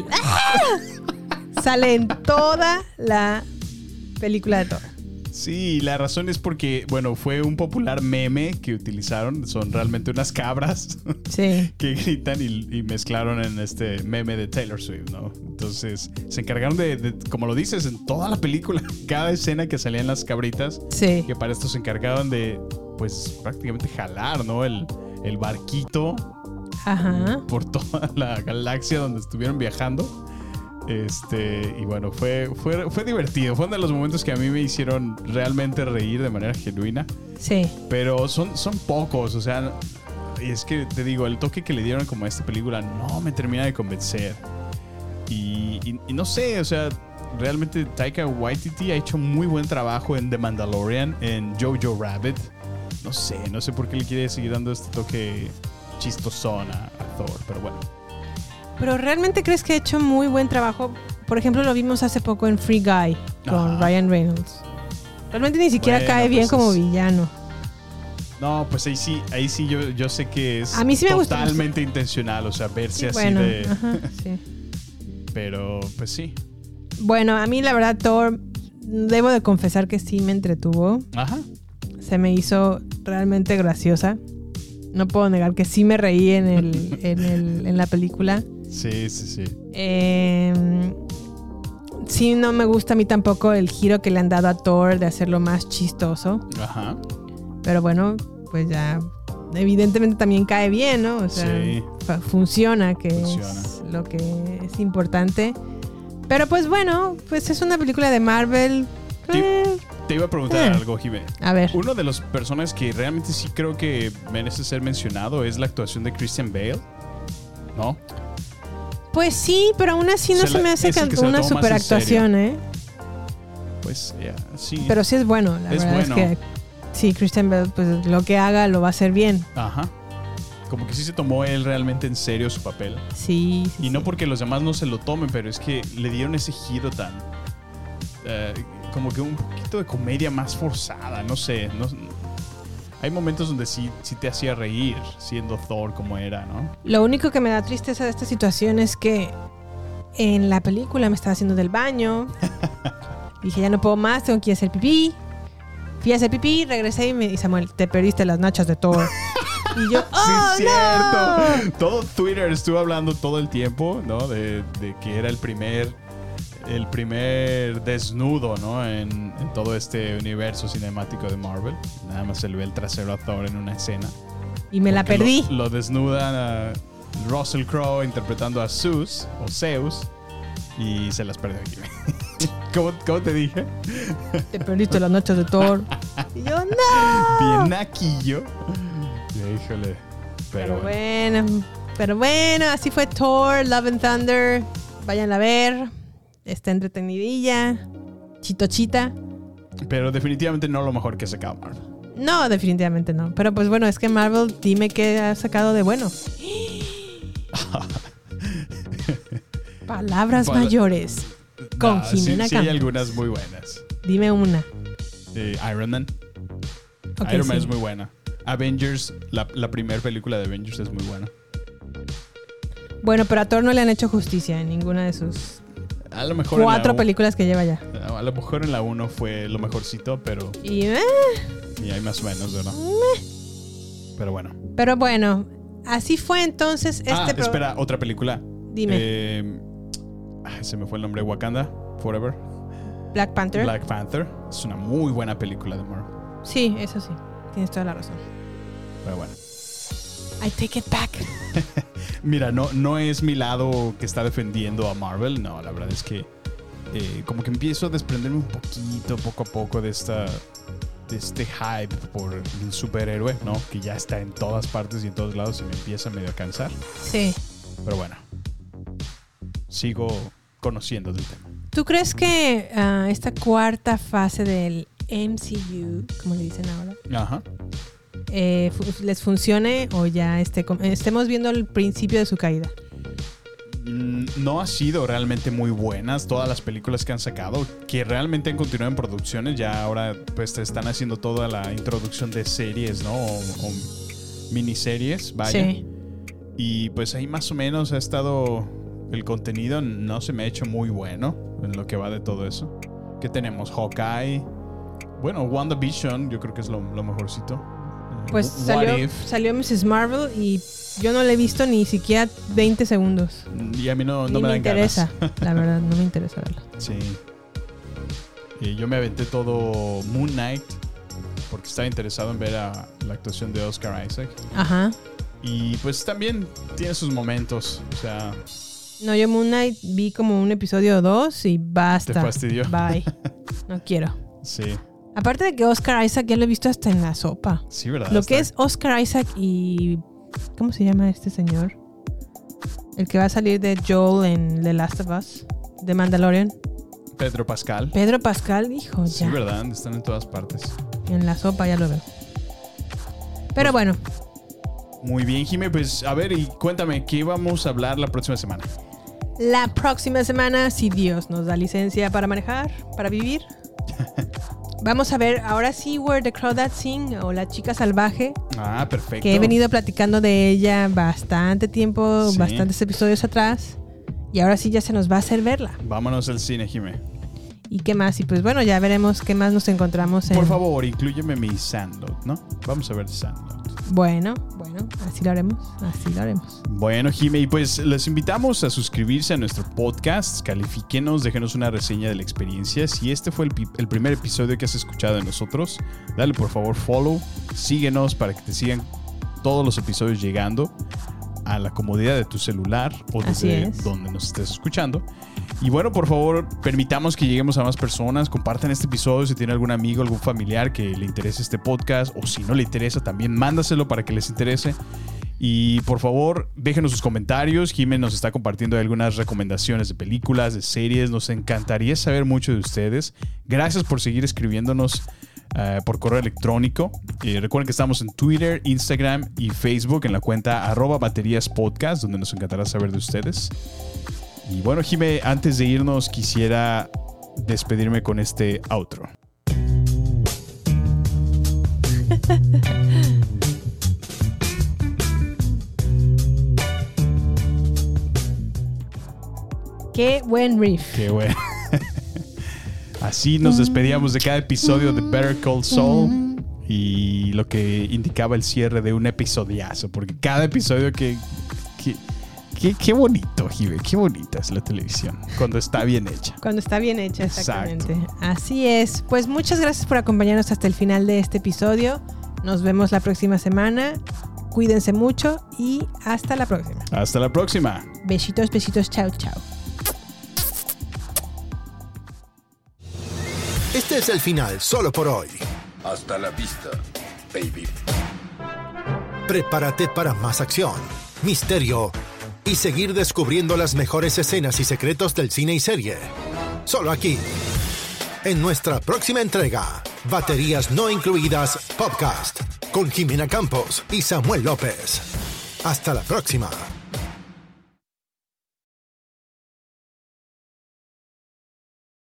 sale en toda la película de Thor. Sí, la razón es porque, bueno, fue un popular meme que utilizaron. Son realmente unas cabras que gritan y mezclaron en este meme de Taylor Swift, ¿no? Entonces, se encargaron de, como lo dices, en toda la película, cada escena que salían las cabritas, que para esto se encargaron de, pues, prácticamente jalar, ¿no? El barquito por toda la galaxia donde estuvieron viajando. Y bueno, fue divertido. Fue uno de los momentos que a mí me hicieron realmente reír de manera genuina. Sí. Pero son pocos, o sea, es que te digo, el toque que le dieron como a esta película no me termina de convencer. Y no sé, o sea, realmente Taika Waititi ha hecho muy buen trabajo en The Mandalorian, en Jojo Rabbit. No sé por qué le quiere seguir dando este toque chistosón a Thor, pero bueno. ¿Pero realmente crees que ha hecho muy buen trabajo? Por ejemplo, lo vimos hace poco en Free Guy con Ryan Reynolds. Realmente ni siquiera Bueno, cae bien pues como es- villano. No, pues ahí sí yo sé que es A mí sí me gusta. totalmente intencional, o sea, verse Sí, así bueno, de... ajá, sí. Pero, pues sí. Bueno, a mí la verdad Thor, debo de confesar que sí me entretuvo. Ajá. Se me hizo realmente graciosa. No puedo negar que sí me reí en la película. Sí. Sí, no me gusta a mí tampoco el giro que le han dado a Thor de hacerlo más chistoso. Ajá. Pero bueno, pues ya evidentemente también cae bien, ¿no? O sea, Sí. funciona, que Funciona. es lo que es importante. Pero pues bueno, pues es una película de Marvel. Te iba a preguntar algo, Jimé. A ver. Uno de los personajes que realmente sí creo que merece ser mencionado es la actuación de Christian Bale. ¿No? Pues sí, pero aún así no se me hace es el que se lo una toma más super en serio. actuación, ¿eh? Pues sí. Pero sí es bueno, la Es verdad bueno. es que sí, Christian Bale, pues lo que haga lo va a hacer bien. Ajá. Como que sí se tomó él realmente en serio su papel. Sí. Y no porque los demás no se lo tomen, pero es que le dieron ese giro tan... como que un poquito de comedia más forzada, no sé. Hay momentos donde sí te hacía reír siendo Thor como era, ¿no? Lo único que me da tristeza de esta situación es que en la película me estaba haciendo del baño. Dije, ya no puedo más, tengo que ir a hacer pipí. Fui a hacer pipí, regresé y Samuel, te perdiste las nachas de Thor. Y yo, ¡oh, sí, cierto. Todo Twitter estuvo hablando todo el tiempo, ¿no? De que era el primer desnudo, ¿no? En todo este universo cinemático de Marvel. Nada más se le ve el trasero a Thor en una escena. Y me la Porque perdí. Lo desnudan a Russell Crowe interpretando a Zeus y se las perdió aquí. ¿Cómo te dije? Te perdiste las noches de Thor. Y yo, no. Bien naquillo. Híjole. Pero bueno, así fue Thor, Love and Thunder. Vayan a ver. Está entretenidilla. Chitochita. Pero definitivamente no lo mejor que ha sacado Marvel. No, definitivamente no. Pero pues bueno, es que Marvel, dime qué ha sacado de bueno. Palabras mayores. Con Jimena Sí hay Campos. algunas muy buenas. Dime una. Iron Man. Ok, Iron Man sí. es muy buena. Avengers, la primera película de Avengers es muy buena. Bueno, pero a Thor no le han hecho justicia en ninguna de sus A lo mejor 4 películas que lleva ya. A lo mejor en la 1 fue lo mejorcito, pero... Y hay más o menos, ¿no? Pero bueno. Pero bueno, así fue entonces espera, otra película. Dime. Se me fue el nombre. Wakanda Forever. Black Panther. Black Panther. Es una muy buena película de Marvel. Sí, eso sí. Tienes toda la razón. Pero bueno. I take it back. Mira, no es mi lado que está defendiendo a Marvel. No, la verdad es que como que empiezo a desprenderme un poquito, poco a poco de este hype por el superhéroe, ¿no? Que ya está en todas partes y en todos lados y me empieza medio a cansar. Sí. Pero bueno, sigo conociendo del tema. ¿Tú crees que esta cuarta fase del MCU, como le dicen ahora, Ajá. les funcione o ya estemos viendo el principio de su caída? No ha sido realmente muy buenas todas las películas que han sacado, que realmente han continuado en producciones. Ya ahora pues te están haciendo toda la introducción de series, ¿no? O miniseries, vaya. Sí. Y pues ahí más o menos ha estado el contenido. No se me ha hecho muy bueno en lo que va de todo eso. ¿Qué tenemos? Hawkeye. Bueno, WandaVision yo creo que es lo mejorcito. Pues What If. salió Mrs. Marvel y yo no la he visto ni siquiera 20 segundos. Y a mí no Ni me dan interesa. ganas. La verdad, no me interesa verla. Sí. Y yo me aventé todo Moon Knight porque estaba interesado en ver la actuación de Oscar Isaac. Ajá. Y pues también tiene sus momentos. O sea, No, yo Moon Knight vi como un episodio o 2 y basta. ¿te fastidió? Bye. No quiero. Sí. Aparte de que Oscar Isaac ya lo he visto hasta en la sopa. Sí, ¿verdad? Lo que es Oscar Isaac y... ¿Cómo se llama este señor? El que va a salir de Joel en The Last of Us. De Mandalorian. Pedro Pascal. Pedro Pascal, hijo, Sí, ya. ¿verdad? Están en todas partes. En la sopa ya lo veo. Pero bueno, Muy bien, Jimé. Pues a ver, y cuéntame, ¿qué vamos a hablar la próxima semana? la próxima semana, si Dios nos da licencia para manejar, para vivir, vamos a ver ahora sí Where the Crawdads Sing o La Chica Salvaje. Ah, perfecto. Que he venido platicando de ella bastante tiempo, Sí. bastantes episodios atrás. Y ahora sí ya se nos va a hacer verla. Vámonos al cine, Jime. ¿Y qué más? Y pues bueno, ya veremos qué más nos encontramos en... Por favor, inclúyeme mi Sandlot, ¿no? Vamos a ver Sandlot. Bueno, así lo haremos. Bueno, Jime, y pues les invitamos a suscribirse a nuestro podcast, califíquenos, déjenos una reseña de la experiencia. Si este fue el primer episodio que has escuchado de nosotros, dale por favor follow, síguenos para que te sigan todos los episodios llegando a la comodidad de tu celular o desde donde nos estés escuchando. Y bueno, por favor, permitamos que lleguemos a más personas. Compartan este episodio si tiene algún amigo, algún familiar que le interese este podcast, o si no le interesa, también mándaselo para que les interese. Y por favor, déjenos sus comentarios. Jimé nos está compartiendo algunas recomendaciones de películas, de series. Nos encantaría saber mucho de ustedes. Gracias por seguir escribiéndonos por correo electrónico. Recuerden que estamos en Twitter, Instagram y Facebook en la cuenta @bateriaspodcast, donde nos encantará saber de ustedes. Y bueno, Jimé, antes de irnos quisiera despedirme con este outro. Qué buen riff. Qué bueno. Así nos despedíamos de cada episodio de Better Call Saul y lo que indicaba el cierre de un episodiazo, porque cada episodio Qué bonito, Jive, qué bonita es la televisión cuando está bien hecha. Cuando está bien hecha, exactamente. Exacto. Así es. Pues muchas gracias por acompañarnos hasta el final de este episodio. Nos vemos la próxima semana. Cuídense mucho y hasta la próxima. Hasta la próxima. Besitos, besitos, chao, chao. Este es el final solo por hoy. Hasta la vista, baby. Prepárate para más acción, misterio y seguir descubriendo las mejores escenas y secretos del cine y serie. Solo aquí, en nuestra próxima entrega, Baterías No Incluidas Podcast, con Jimena Campos y Samuel López. Hasta la próxima.